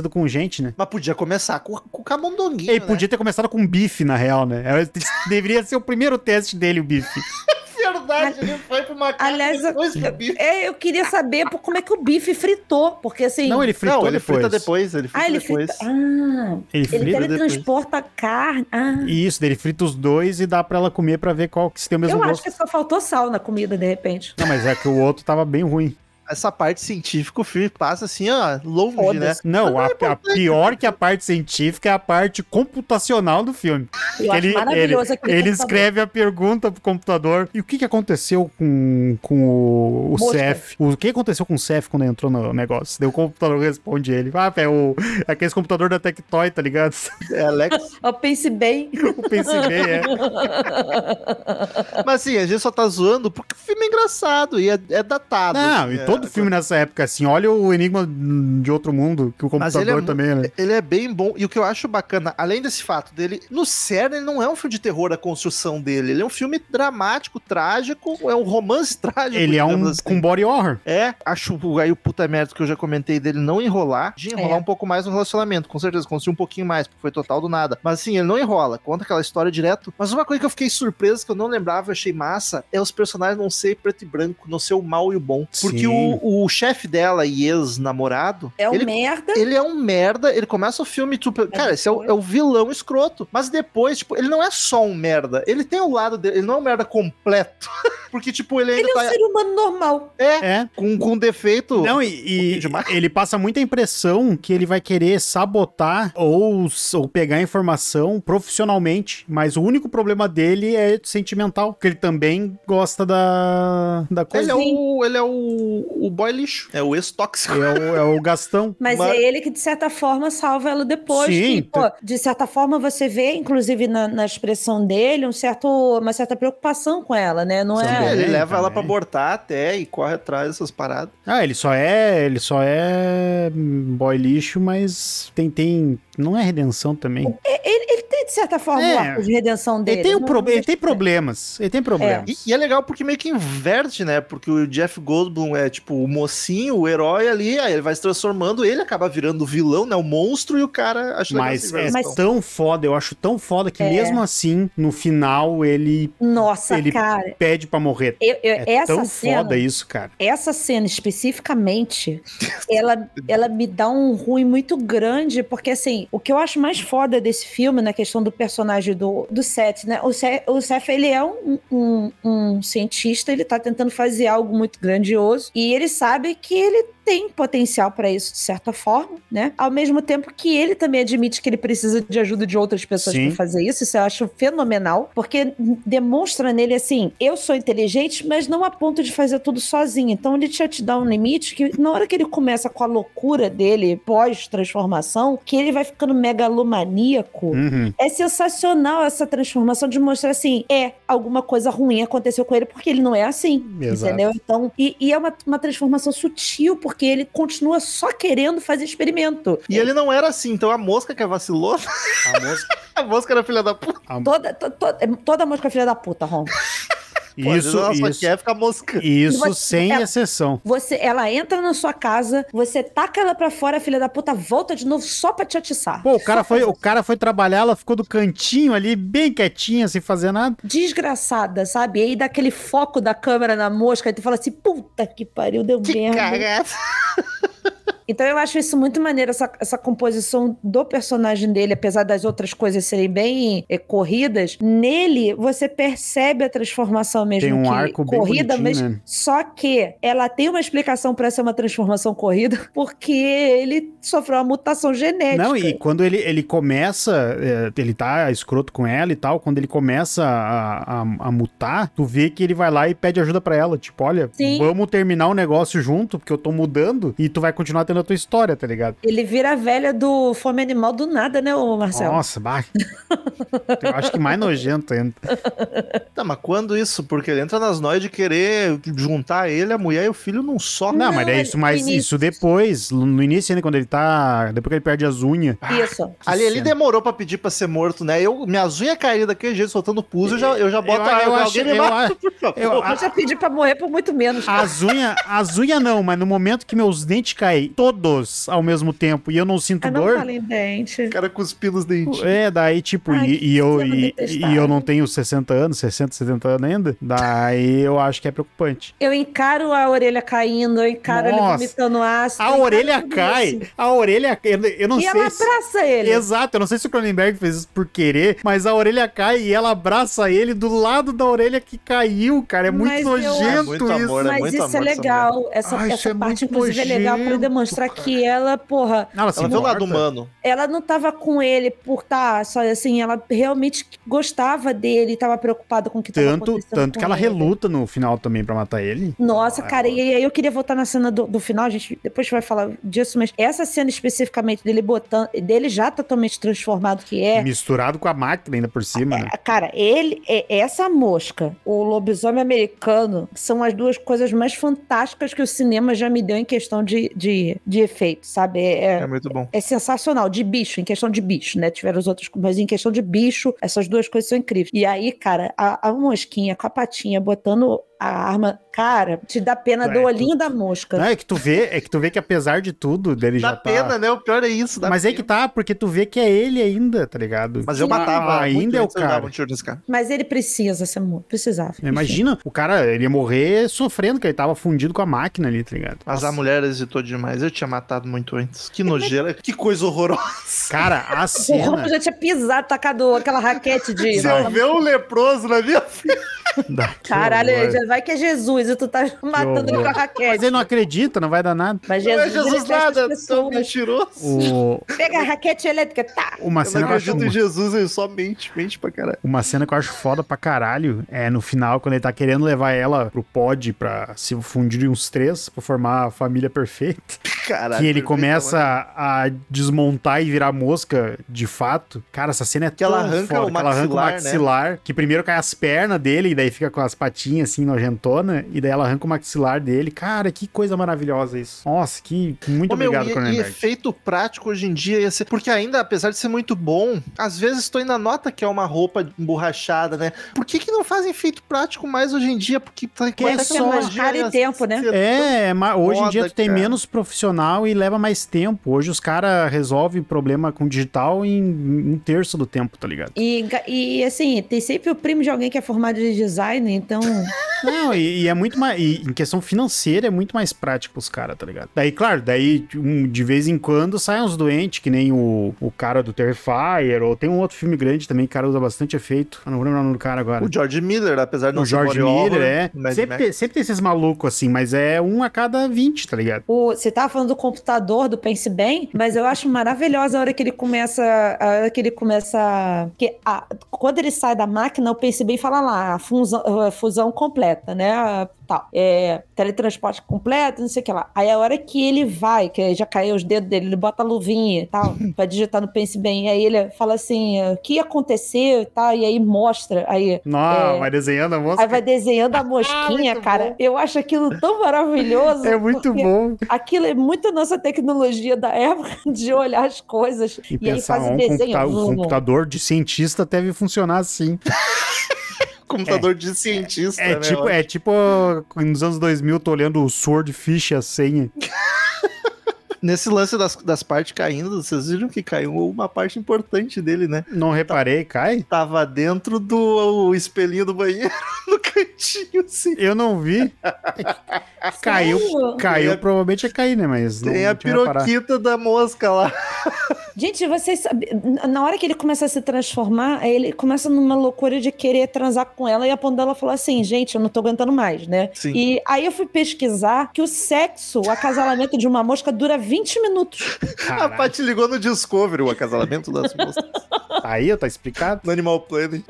diferente, né? Mas podia começar com, com o camundonguinho, Ele né? podia ter começado com bife, na real, né? Deveria ser o primeiro teste dele, o bife. Verdade, ele foi pra uma casa Aliás, depois do eu, bife. é, eu queria saber pô, como é que o bife fritou, porque assim... Não, ele fritou Não, ele depois. frita depois, ele frita ah, ele depois. frita... Ah, Ele ele frita teletransporta a carne. Ah, Isso, daí ele frita os dois e dá pra ela comer pra ver qual que se tem o mesmo eu gosto. acho que só faltou sal na comida, de repente. Não, mas é que o outro tava bem ruim. Essa parte científica, o filme passa assim, ó, longe, né? Foda-se. Não, a, a pior que a parte científica é a parte computacional do filme. Eu acho ele maravilhoso ele, aquele ele computador. escreve a pergunta pro computador. E o que, que aconteceu com, com o, o Mosca. Cef? O que aconteceu com o Cef quando entrou no negócio? Daí o computador responde ele. Ah, é o, aqueles computador da Tectoy, tá ligado? É, Alex. Eu pense bem. O P C B, é. Mas assim, a gente só tá zoando porque o filme é engraçado e é, é datado. Não, assim, e é- todo filme nessa época, assim, olha o Enigma de Outro Mundo, que o Mas ele computador é, também, né? ele é bem bom. E o que eu acho bacana, além desse fato dele, no cerne, ele não é um filme de terror a construção dele. Ele é um filme dramático, trágico, é um romance trágico. Ele é um digamos assim. com body horror. É, acho aí o puta merda que eu já comentei dele não enrolar, de enrolar É. um pouco mais no relacionamento, com certeza, construir um pouquinho mais, porque foi total do nada. Mas assim, ele não enrola, conta aquela história direto. Mas uma coisa que eu fiquei surpreso, que eu não lembrava, eu achei massa, é os personagens não ser preto e branco, não ser o mal e o bom. Porque Sim. o, o chefe dela e ex-namorado, É um ele, merda. ele é um merda, ele começa o filme, tipo, cara, esse é o, depois- é o vilão escroto. Mas depois, tipo, ele não é só um merda, ele tem o lado dele, ele não é um merda completo. Porque, tipo, ele ainda Ele é um tá... ser humano normal. É, É. com, com defeito... Não, e, pouquinho e demais. ele passa muita impressão que ele vai querer sabotar ou, ou pegar informação profissionalmente, mas o único problema dele é sentimental, porque ele também gosta da, da Ele coisa. é, o, ele é o, o boy lixo. É o ex-tóxico. É o, é o Gastão. Mas, Mas- é ele que, de certa forma, salva ela depois. Sim, que, pô, de certa forma, você vê, inclusive, na, na expressão dele, um certo, uma certa preocupação com ela, né? Não Também. é... ele leva ela também. pra abortar até e corre atrás dessas paradas. Ah, ele só é. Ele só é boy lixo, mas tem. tem não é redenção também. Ele, ele tem, de certa forma, É. o arco de redenção dele. Ele tem, um Não- pro- ele tem não- problemas. Ele tem problemas. E, e é legal porque meio que inverte, né? Porque o Jeff Goldblum é tipo o mocinho, o herói ali, aí ele vai se transformando, ele acaba virando o vilão, né? O monstro, e o cara acha legal Mas essa é inversão. tão foda, eu acho tão foda que É. mesmo assim, no final, ele Nossa, Ele- cara. pede pra morrer. Eu, eu- É essa tão cena, foda isso, cara. essa cena especificamente, ela, ela me dá um ruim muito grande, porque assim, o que eu acho mais foda desse filme, na questão do personagem do, do Seth, né? O Seth, o Seth, ele é um, um, um cientista, ele tá tentando fazer algo muito grandioso, e ele sabe que ele tem potencial pra isso, de certa forma, né? Ao mesmo tempo que ele também admite que ele precisa de ajuda de outras pessoas Sim. pra fazer isso, isso eu acho fenomenal, porque demonstra nele assim, eu sou inteligente, mas não a ponto de fazer tudo sozinho. Então ele já te dá um limite que na hora que ele começa com a loucura dele, pós-transformação, que ele vai ficando megalomaníaco, Uhum. é sensacional essa transformação de mostrar assim, é, alguma coisa ruim aconteceu com ele porque ele não é assim, Exato. entendeu? Então, e, e é uma, uma transformação sutil, porque ele continua só querendo fazer experimento. E ele não era assim, então a mosca que vacilou, A mosca. a mosca era filha da puta. a- Toda, to- to- é toda mosca é filha da puta, Ron. Pô, às vezes Isso, ela só isso. quer ficar moscando. Isso Você- sem ela- exceção. Você, ela entra na sua casa, você taca ela pra fora, a filha da puta volta de novo só pra te atiçar. Pô, o cara, Só foi, pra- o cara foi trabalhar, ela ficou do cantinho ali, bem quietinha, sem fazer nada. Desgraçada, sabe? E aí dá aquele foco da câmera na mosca e tu fala assim, puta que pariu, deu Que merda. cagada. Então eu acho isso muito maneiro, essa, essa composição do personagem dele, apesar das outras coisas serem bem eh, corridas, nele você percebe a transformação mesmo Tem um que arco bem corrida, mas bonitinho, né? só que ela tem uma explicação pra ser uma transformação corrida, porque ele sofreu uma mutação genética. Não, e quando ele, ele começa, é, ele tá escroto com ela e tal, quando ele começa a, a, a mutar, tu vê que ele vai lá e pede ajuda pra ela, tipo, olha, Sim. vamos terminar o negócio junto, porque eu tô mudando, e tu vai continuar tendo a tua história, tá ligado? Ele vira a velha do Fome Animal do nada, né, ô Marcelo? Nossa, bah. Eu acho que mais nojento ainda. Tá, mas quando isso? Porque ele entra nas noias de querer juntar ele, a mulher e o filho num só. Não, Não, mas é ele- isso, mas no início. isso depois, no início ainda, quando ele tá, depois que ele perde as unhas. Isso. Ali ele cena. demorou pra pedir pra ser morto, né? Eu, minhas unhas caíram daquele jeito, soltando pus, eu já, eu já boto Eu- a eu alguém acho- me eu mata, acho- por favor. eu- Eu já pedi pra morrer por muito menos. As unhas, as unhas não, mas no momento que meus dentes caem, todos ao mesmo tempo e eu não sinto Ah, não dor. fala em dente. O cara cuspindo os dentes. É, daí, tipo, Ai, e, e eu, que e, detestável. e eu não tenho sessenta anos, sessenta, setenta anos ainda. Daí eu acho que é preocupante. Eu encaro a orelha caindo, eu encaro ele Nossa. vomitando ácido. A eu encaro orelha tudo cai. isso. A orelha. Eu, eu não E sei. ela se- abraça ele. Exato, eu não sei se o Cronenberg fez isso por querer, mas a orelha cai e ela abraça ele do lado da orelha que caiu, cara. É muito Mas eu nojento É muito isso. amor, é Mas muito isso amor é essa legal. Essa, Ai, isso essa é parte, muito inclusive, é legal pra nojento, demonstrar cara. que ela, porra, Ela se Ela vê o lado importa. humano. ela não tava com ele por tá, só assim, ela realmente gostava dele, tava preocupada com o que tava Tanto, acontecendo tanto com que ela ele. reluta no final também pra matar ele. Nossa, Ah, cara, ela- e aí eu queria voltar na cena do, do final, a gente depois vai falar disso, mas essa cena especificamente dele botando, dele já totalmente transformado que é, Misturado com a máquina ainda por cima, né? é, cara, ele, é, essa mosca, o lobisomem americano, são as duas coisas mais fantásticas que o cinema já me deu em questão de, de, de efeito, sabe? É, É muito bom. é sensacional, de bicho, em questão de bicho, né? Tiveram os outros, mas em questão de bicho, essas duas coisas são incríveis. E aí, cara, a, a mosquinha com a patinha botando a arma, cara, te dá pena É, do tu- olhinho da mosca. Não, é que tu vê, é que tu vê que apesar de tudo, dele Dá já tá... pena, né? O pior é isso. Dá Mas é pena. que tá, porque tu vê que é ele ainda, tá ligado? Mas eu Sim. matava. Ah, muito ainda é o antes eu dava cara. um tiro nesse cara. Mas ele precisa ser morto, precisava. Enfim. Imagina, o cara, ele ia morrer sofrendo, que ele tava fundido com a máquina ali, tá ligado? Mas a Nossa. mulher hesitou demais. Eu tinha matado muito antes. Que nojeira. Que coisa horrorosa. Cara, a O cena... Romo já tinha pisado, tacado aquela raquete de. Se eu ver um leproso na minha frente. Da- que Caralho, horror. já vai que é Jesus e tu tá matando ele com a horror. raquete. Mas ele não acredita, não vai dar nada. Mas Não Jesus, é Jesus ele testa as nada. Tão pessoas. mentiroso. O... Pega a raquete elétrica, tá. Uma Eu não cena que eu acho... acredito em Jesus, ele só mente. Mente pra caralho. Uma cena que eu acho foda pra caralho é no final, quando ele tá querendo levar ela pro pod pra se fundir uns três, pra formar a família perfeita. Caralho. Que ele perfeito, começa mano. a desmontar e virar mosca de fato. Cara, essa cena é Que ela tão arranca foda, o que ela arranca o maxilar, né? maxilar, que primeiro cai as pernas dele, e daí fica com as patinhas assim, nojentona, e daí ela arranca o maxilar dele. Cara, que coisa maravilhosa isso. Nossa, que muito Ô, meu, obrigado, e, e Cronenberg. efeito prático hoje em dia ia ser. Porque ainda, apesar de ser muito bom, às vezes tu ainda nota que é uma roupa emborrachada, né? Por que que não fazem efeito prático mais hoje em dia? Porque tá Que é com a só- tecnologia cara e ia tempo, né? ser É, mas hoje em dia foda, tu tem cara. menos profissional e leva mais tempo. Hoje os caras resolvem problema com digital em um terço do tempo, tá ligado? E, e assim, tem sempre o primo de alguém que é formado de design, então. Não, e, e é muito mais. E em questão financeira é muito mais prático pros caras, tá ligado? Daí, claro, daí um, de vez em quando saem uns doentes, que nem o, o cara do Terrifier, ou tem um outro filme grande também que o cara usa bastante efeito. Eu não vou lembrar o nome do cara agora. O George Miller, apesar de não O ser George body Miller, horror, é. Mad Sempre Max. tem, sempre tem esses malucos assim, mas é um a cada vinte, tá ligado? O, você tava falando do computador, do Pense Bem, mas eu acho maravilhosa a hora que ele começa. A hora que ele começa. Que, a, quando ele sai da máquina, o Pense Bem fala lá, a fusão, a fusão completa, né? A, tal. É, teletransporte completo, não sei o que lá. Aí a hora que ele vai, que já caiu os dedos dele, ele bota a luvinha e tal, pra digitar no Pense Bem. E aí ele fala assim: o que aconteceu e tal, e aí mostra. Aí. Não, É. vai desenhando a moça. Aí vai desenhando a mosquinha, muito cara. bom. Eu acho aquilo tão maravilhoso. É muito porque bom. Aquilo é muito nossa tecnologia da época de olhar as coisas. E, E, aí pensar, faz o um desenho. computa- um Vum, vum. computador de cientista deve funcionar assim. Computador de cientista, É né? tipo, é tipo nos anos dois mil, tô olhando o Swordfish, a senha. Nesse lance das, das partes caindo, vocês viram que caiu uma parte importante dele, né? Não reparei, cai? Tava dentro do espelhinho do banheiro, no cantinho, assim. Eu não vi. Caiu, Sério? caiu, Tem a- provavelmente ia cair, né? Mas não, Tem não a tinha reparado. piroquita da mosca lá. Gente, vocês sabem, na hora que ele começa a se transformar, aí ele começa numa loucura de querer transar com ela e a ponta dela fala assim, gente, eu não tô aguentando mais, né? Sim. E aí eu fui pesquisar que o sexo, o acasalamento de uma mosca dura vinte minutos. A Caralho. Paty ligou no Discovery, o acasalamento das moscas. Tá aí, tá explicado? No Animal Planet.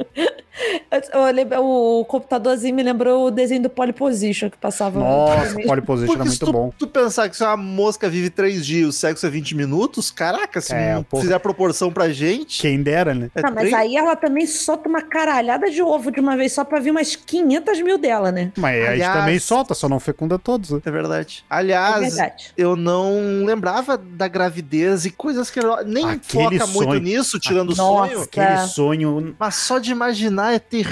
Eu- eu lembro- o computadorzinho me lembrou o desenho do Polyposition que passava. Nossa, Pole Position era Porque se muito tu, bom. tu pensar que se uma mosca vive três dias, o sexo é vinte minutos, caraca, se É, não porra. fizer proporção pra gente... Quem dera, né? É Ah, mas três- aí ela também solta uma caralhada de ovo de uma vez só pra vir umas quinhentas mil dela, né? Mas a gente Aliás- também solta, só não fecunda todos. né? É verdade. É Aliás, verdade. eu não lembrava da gravidez e coisas que nem Aquele foca muito sonho. nisso, tirando o Nossa. sonho. Aquele É. sonho. Mas só de imaginar é terrível.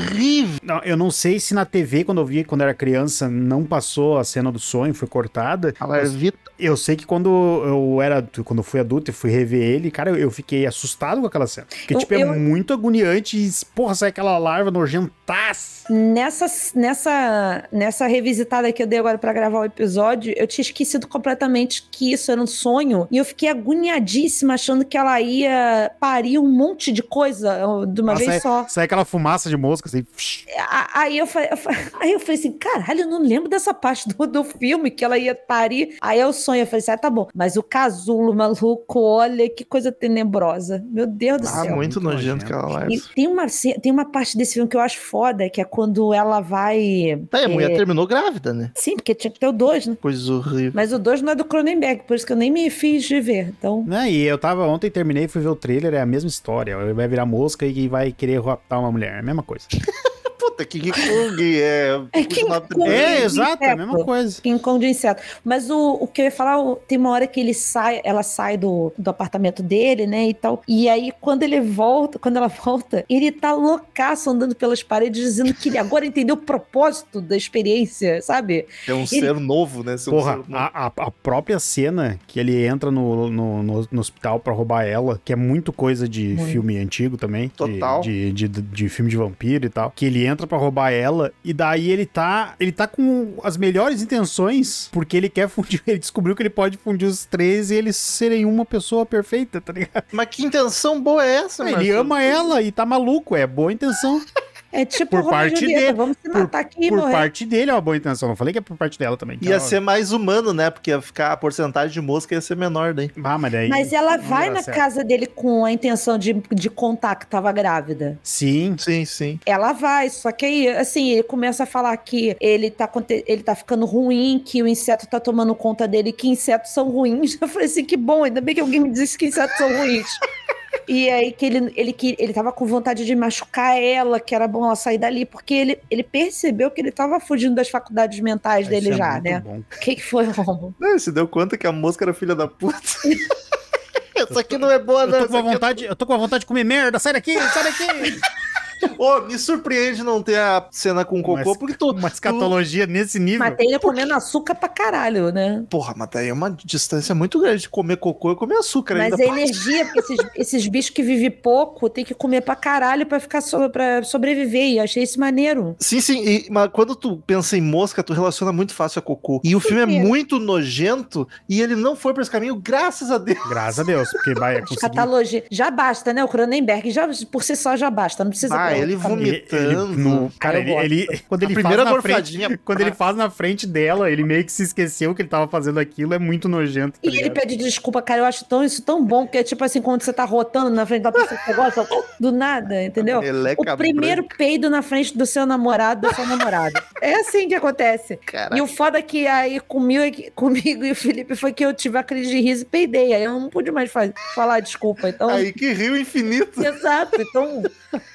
horrível. Não, eu não sei se na T V, quando eu vi, quando era criança, não passou a cena do sonho, foi cortada. A Larvita. Eu sei que quando eu era, quando eu fui adulto e fui rever ele, cara, eu, eu fiquei assustado com aquela cena. Porque, Eu- tipo, é eu- muito agoniante e, porra, sai aquela larva nojentaça. Nessa, nessa, nessa revisitada que eu dei agora pra gravar o episódio, eu tinha esquecido completamente que isso era um sonho. E eu fiquei agoniadíssima, achando que ela ia parir um monte de coisa de uma Ah, vez sai, só. sai aquela fumaça de mosca, assim. A- Aí eu, fa- eu fa- aí eu falei assim, caralho, eu não lembro dessa parte do, do filme que ela ia parir. Aí é o sonho, eu falei assim, ah, tá bom. Mas o casulo, maluco, olha que coisa tenebrosa. Meu Deus do Ah, céu. muito muito nojento nojento. aquela larva. E tem uma, ce- tem uma parte desse filme que eu acho foda, que é quando ela vai... Tá, e a mulher é, terminou grávida, né? Sim, porque tinha que ter o dois, né? Coisa horrível. Mas o dois não é do Cronenberg, por isso que eu nem me fiz de ver. Então, Né? E eu tava ontem, terminei, fui ver o trailer, é a mesma história. Ele vai virar mosca e vai querer raptar uma mulher. É a mesma coisa. Puta, King Kong é... É King Kong. É, de exato, é a inseto. mesma coisa. King Kong de inseto. Mas o, o que eu ia falar, o- tem uma hora que ele sai, ela sai do, do apartamento dele, né, e tal. E aí, quando ele volta, quando ela volta, ele tá loucaço andando pelas paredes, dizendo que ele agora entendeu o propósito da experiência, sabe? É um ser novo, né? Ser um Porra, ser novo. a, a, a própria cena que ele entra no, no, no, no hospital pra roubar ela, que é muito coisa de Muito. filme antigo também. de- Total. De, de, de, de filme de vampiro e tal. Que ele entra pra roubar ela e daí ele tá, ele tá com as melhores intenções, porque ele quer fundir, ele descobriu que ele pode fundir os três e eles serem uma pessoa perfeita, tá ligado? Mas que intenção boa é essa, mano? Ele ama ela e tá maluco, é boa intenção. É tipo Por Romeo e parte Julieta, dele. vamos se Por, matar aqui e por morrer. parte dele é uma boa intenção, não falei que é por parte dela também. que Ia ela- ser mais humano, né? Porque ia ficar a porcentagem de mosca ia ser menor daí. Ah, mas daí... Mas ela não vai ia dar na certo. casa dele com a intenção de, de contar que tava grávida. Sim. Sim, sim. Ela vai, só que aí, assim, ele começa a falar que ele tá, aconte- ele tá ficando ruim, que o inseto tá tomando conta dele, que insetos são ruins. Eu falei assim, que bom, ainda bem que alguém me disse que insetos são ruins. E aí que ele, ele, que ele tava com vontade de machucar ela, que era bom ela sair dali, porque ele, ele percebeu que ele tava fugindo das faculdades mentais dele Isso é já, muito né? bom. O que que foi, Romo? Não, se deu conta que a mosca era filha da puta. Essa aqui não é boa, não. Eu tô, com essa a aqui é- vontade, eu tô com a vontade de comer merda, sai daqui, sai daqui. Ô, me surpreende não ter a cena com cocô, Mas- porque tu... Uma escatologia nesse nível. Mas tem ele comendo açúcar pra caralho, né? Porra, mas daí é uma distância muito grande de comer cocô e comer açúcar Mas ainda. a energia, porque esses, esses bichos que vivem pouco tem que comer pra caralho pra, ficar so, pra sobreviver. E eu achei isso maneiro. Sim, sim, e- mas quando tu pensa em mosca, tu relaciona muito fácil a cocô. E o filme é quê? muito nojento e ele não foi pra esse caminho, graças a Deus. Graças a Deus, porque vai conseguir... Catalogia. Já basta, né? O Cronenberg, já, por si só, já basta. Não precisa... Ah, ter ele outro vomita. Ele, ele, no, cara, Ah, eu ele, ele- quando ele A faz primeira na gorfadinha. frente, quando ele faz na frente dela, ele meio que se esqueceu que ele tava fazendo aquilo, é muito nojento. Tá E ele ligado? pede desculpa, cara. Eu acho tão, isso tão bom, porque é tipo assim, quando você tá rotando na frente da pessoa que você gosta, do nada, entendeu? Meleca O primeiro branca. peido na frente do seu namorado, da sua namorada. É assim que acontece. Caraca. E o foda é que aí comigo, comigo e o Felipe foi que eu tive a crise de riso e peidei. Aí eu não pude mais faz- falar desculpa. Então, Aí que rio infinito. exato. Então,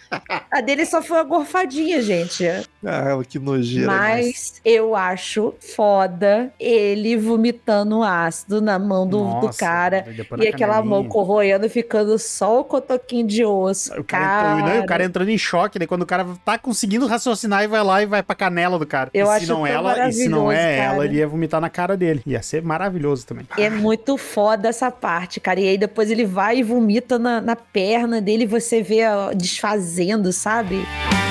a dele só foi uma gorfadinha, gente. Ah, que nojeira. Mas eu acho foda ele vomitando ácido na mão do, do Nossa, cara. depois E na aquela mão canelinha. corroendo, ficando só o cotoquinho de osso. O cara, entrou- cara, não, e o cara entrando em choque, né? Quando o cara tá conseguindo raciocinar e vai lá e vai pra canela do cara. Eu e se acho não tão ela, e se não é maravilhoso, ela, cara. ele ia vomitar na cara dele. Ia ser maravilhoso também. É muito foda essa parte, cara. E aí depois ele vai e vomita na, na perna dele e você vê ó, desfazendo, sabe?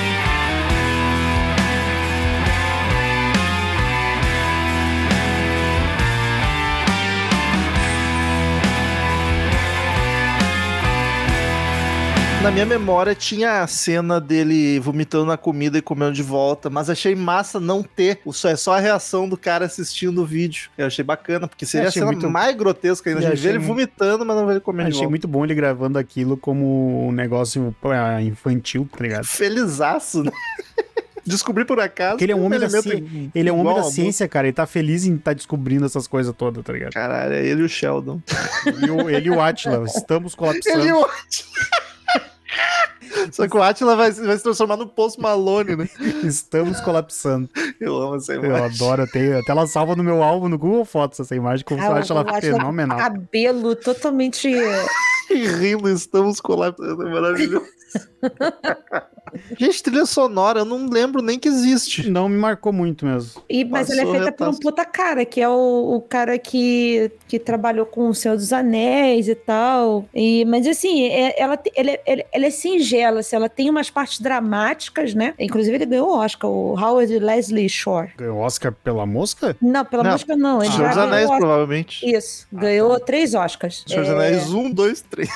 Na minha memória tinha a cena dele vomitando na comida e comendo de volta, mas achei massa não ter. O só é só a reação do cara assistindo o vídeo. Eu achei bacana, porque seria a achei cena muito- mais grotesca ainda. A Eu gente vê ele achei- vomitando, mas não vê ele comendo de Achei volta. muito bom ele gravando aquilo como um negócio pô, é, infantil, tá ligado? Felizaço, né? Descobri por acaso. Porque ele é um homem da elemento ciência. Ele é um homem igual da ao ciência, cara. Ele tá feliz em estar descobrindo essas coisas todas, tá ligado? Caralho, é ele e o Sheldon. E o- ele e o Atila, estamos colapsando. Ele e o Atila. Só que o Atila vai, vai se transformar no Post Malone, né? Estamos colapsando. Eu amo essa Eu imagem. adoro, eu tenho, até ela salva no meu álbum no Google Fotos essa imagem, como Ah, eu acho ela eu acho fenomenal. cabelo totalmente. E rindo, estamos colapsando. É maravilhoso. Gente, trilha sonora, eu não lembro nem que existe. Não me marcou muito mesmo. E, mas Passou ela é feita por um retaço. puta cara, que é o, o cara que, que trabalhou com o Senhor dos Anéis e tal. E, mas assim, é- ela, te- ela, é- ela, ela é singela, assim, ela tem umas partes dramáticas, né? Inclusive ele ganhou o Oscar, o Howard Leslie Shore. Ganhou Oscar pela mosca? Não, pela Não, música não, ele Senhor já dos ganhou Anéis, o Oscar. provavelmente. Isso, ganhou três Oscars. Senhor dos É, Anéis, um, dois, três.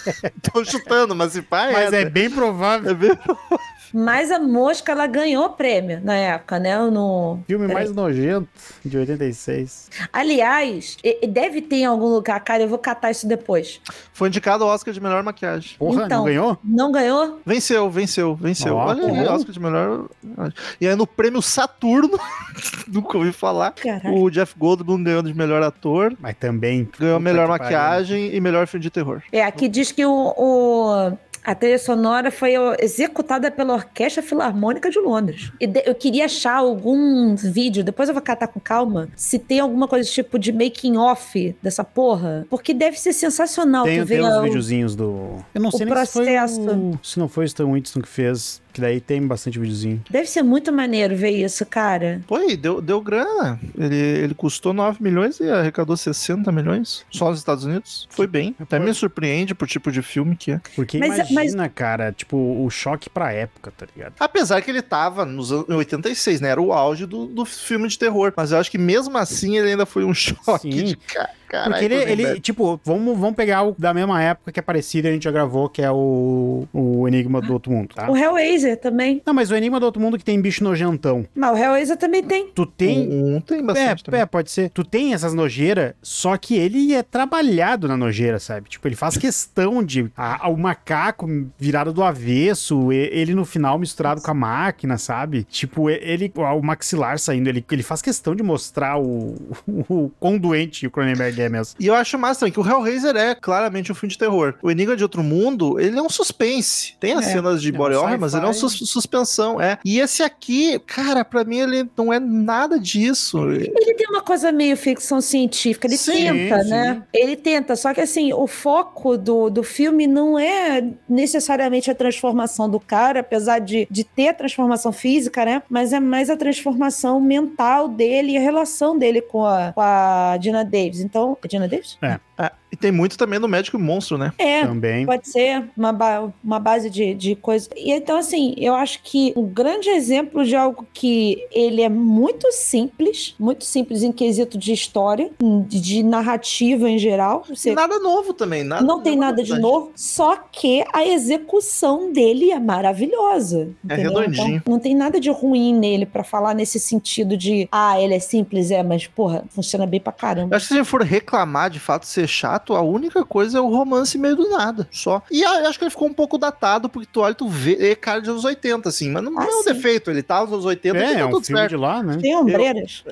Tô chutando, mas se pá, é. Mas é né? bem provável. É bem... Mas a Mosca, ela ganhou prêmio na época, né? No... Filme Peraí. mais nojento de oitenta e seis. Aliás, e- e deve ter em algum lugar, cara, eu vou catar isso depois. Foi indicado ao Oscar de melhor maquiagem. Porra, Então, não ganhou? Não ganhou? Venceu, venceu, venceu. Ó, Olha aí, bom. Oscar de melhor. E aí no prêmio Saturno, nunca ouvi falar, Caralho. o Jeff Goldblum ganhou de melhor ator, Mas também. ganhou puta melhor que pariu. maquiagem e melhor filme de terror. É, aqui diz que o, o- a trilha sonora foi ó, executada pela Orquestra Filarmônica de Londres. E de- eu queria achar algum vídeo, depois eu vou catar com calma, se tem alguma coisa tipo de making off dessa porra. Porque deve ser sensacional Tem, tu ver tem uns o- videozinhos do. Eu não o sei nem se processo. foi. O... Se não foi o Stan Winston que fez. Que daí tem bastante videozinho. Deve ser muito maneiro ver isso, cara. Foi, deu, deu grana. Ele, ele custou nove milhões e arrecadou sessenta milhões só nos Estados Unidos. Foi bem. Até me surpreende por tipo de filme que é. Porque Mas- imagina, cara, tipo, o choque pra época, tá ligado? Apesar que ele tava nos anos oitenta e seis, né? Era o auge do, do filme de terror. Mas eu acho que mesmo assim ele ainda foi um choque Sim. de ca- caralho. Porque ele, ele Cronenberg. tipo, vamos, vamos pegar o da mesma época que é parecido e a gente já gravou, que é o, o Enigma do Outro Mundo, tá? O Hellraiser também. Não, mas o Enigma do Outro Mundo que tem bicho nojentão. Mas o Hellraiser também tem. Tu tem... Um, tem bastante É, também. é, pode ser. Tu tem essas nojeiras, só que ele é trabalhado na nojeira, sabe? Tipo, ele faz questão de... A, a- o macaco virado do avesso, e- ele no final misturado com a máquina, sabe? Tipo, e- ele... O maxilar saindo, ele, ele faz questão de mostrar o, o quão doente o Cronenberg é mesmo. E eu acho massa também que o Hellraiser é claramente um filme de terror. O Enigma de Outro Mundo, ele é um suspense. Tem as É. cenas de É um body horror, mas ele é um sci-fi. sus- suspensão, é. E esse aqui, cara, pra mim ele não é nada disso. Ele tem uma coisa meio ficção científica, ele Sim, tenta, sim. né? Ele tenta, só que assim, o foco do, do filme não é necessariamente a transformação do cara, apesar de, de ter a transformação física, né? Mas é mais a transformação mental dele e a relação dele com a, com a Gina Davis. Então, é Gina Davis? Ah, e tem muito também no Médico e Monstro, né? É, Também. pode ser uma, ba- uma base de, de coisa. E então, assim, eu acho que um grande exemplo de algo que ele é muito simples, muito simples em quesito de história, de, de narrativa em geral. Você Nada novo também, nada. não tem nenhuma nada de novidade. novo, só que a execução dele é maravilhosa. É entendeu? redondinho. Então, não tem nada de ruim nele pra falar nesse sentido de, ah, ele é simples, é, mas, porra, funciona bem pra caramba. Eu acho que se a gente for reclamar de fato ser chato, a única coisa é o romance meio do nada, só. E eu acho que ele ficou um pouco datado, porque tu olha, tu vê, é cara de anos oitenta, assim, mas não Ah, é um sim. defeito, ele tá nos anos oitenta e É, tá é um tudo filme certo. de lá, né? Tem ombreiras.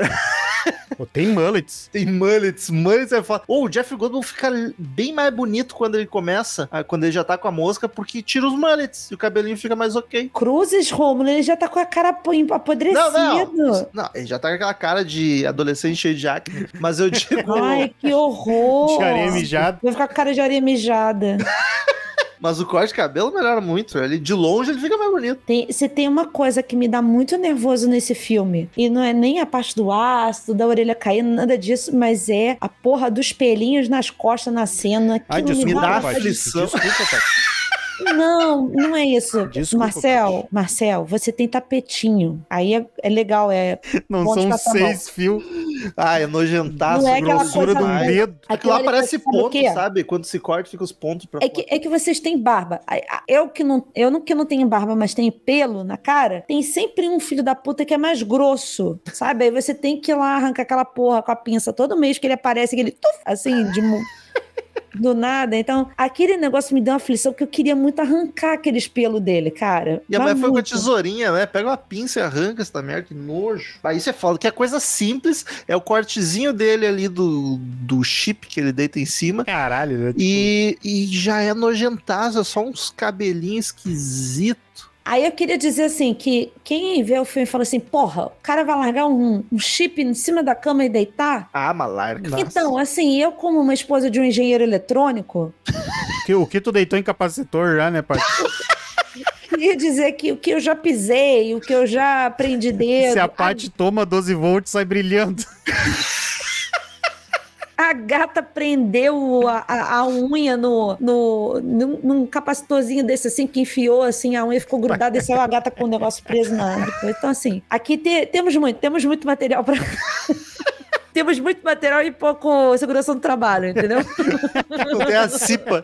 Pô, tem mullets. Tem mullets, mullets é foda. Ou o Jeff Goldblum fica bem mais bonito quando ele começa, ah, quando ele já tá com a mosca, porque tira os mullets e o cabelinho fica mais ok. Cruzes, Rômulo, ele já tá com a cara apo- apodrecido. Não, não. Não, ele já tá com aquela cara de adolescente cheio de acne, mas eu digo... Ai, que horror. De areia mijada. Vai ficar com cara de areia mijada. Mas o corte de cabelo melhora muito, ele, de longe ele fica mais bonito. Tem, se tem uma coisa que me dá muito nervoso nesse filme, e não é nem a parte do ácido, da orelha caindo, nada disso, mas é a porra dos pelinhos nas costas na cena. Ai, Aquilo me desculpa, dá Paty. aflição. Desculpa, Paty. Não, não é isso. Desculpa, Marcel, Marcel, você tem tapetinho. Aí é, é legal, é... Não Bom de são passar seis fios. Ah, é nojentaço, Não é aquela Grossura de coisa- um dedo. Aquilo lá ali parece sabe o ponto, quê? sabe? Quando se corta, fica os pontos pra É que, é que vocês têm barba. Aí, a- Eu que não, eu não, que não tenho barba, mas tenho pelo na cara, tem sempre um filho da puta que é mais grosso, sabe? Aí você tem que ir lá arrancar aquela porra com a pinça todo mês que ele aparece, aquele tuf, assim, de... mu- do nada. Então, aquele negócio me deu uma aflição que eu queria muito arrancar aqueles pelos dele, cara. E a Mas mulher foi com a muito. tesourinha, né? Pega uma pinça e arranca essa merda, que nojo. Aí isso é foda, que a coisa simples é o cortezinho dele ali do, do chip que ele deita em cima. Caralho, né? E, e já é nojentaço, é só uns cabelinhos esquisitos. Aí eu queria dizer assim, que quem vê o filme fala assim, porra, o cara vai largar um, um chip em cima da cama e deitar? Ah, malarca. Então, assim, eu como uma esposa de um engenheiro eletrônico, Que- O que tu deitou em capacitor já, né, Paty? queria dizer que o que eu já pisei, o que eu já aprendi dedo... Se a Paty a... toma doze volts, sai brilhando. A gata prendeu a, a, a unha no, no, num, num capacitorzinho desse assim, que enfiou assim, a unha ficou grudada e saiu a gata com o negócio preso na... Então assim, aqui te, temos muito, temos muito material pra... Temos muito material e pouco segurança no trabalho, entendeu? Não tem a cipa.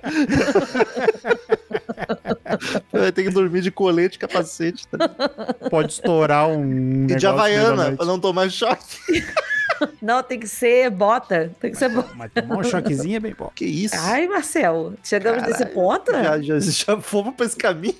Vai ter que dormir de colete, capacete. Tá? Pode estourar um. E de Havaiana, pra não tomar choque. Não, tem que ser bota. Tem que ser bota. Mas tomar um choquezinho é bem bom. Que isso? Ai, Marcel, chegamos Caralho, nesse ponto? Já, já, já fomos pra esse caminho.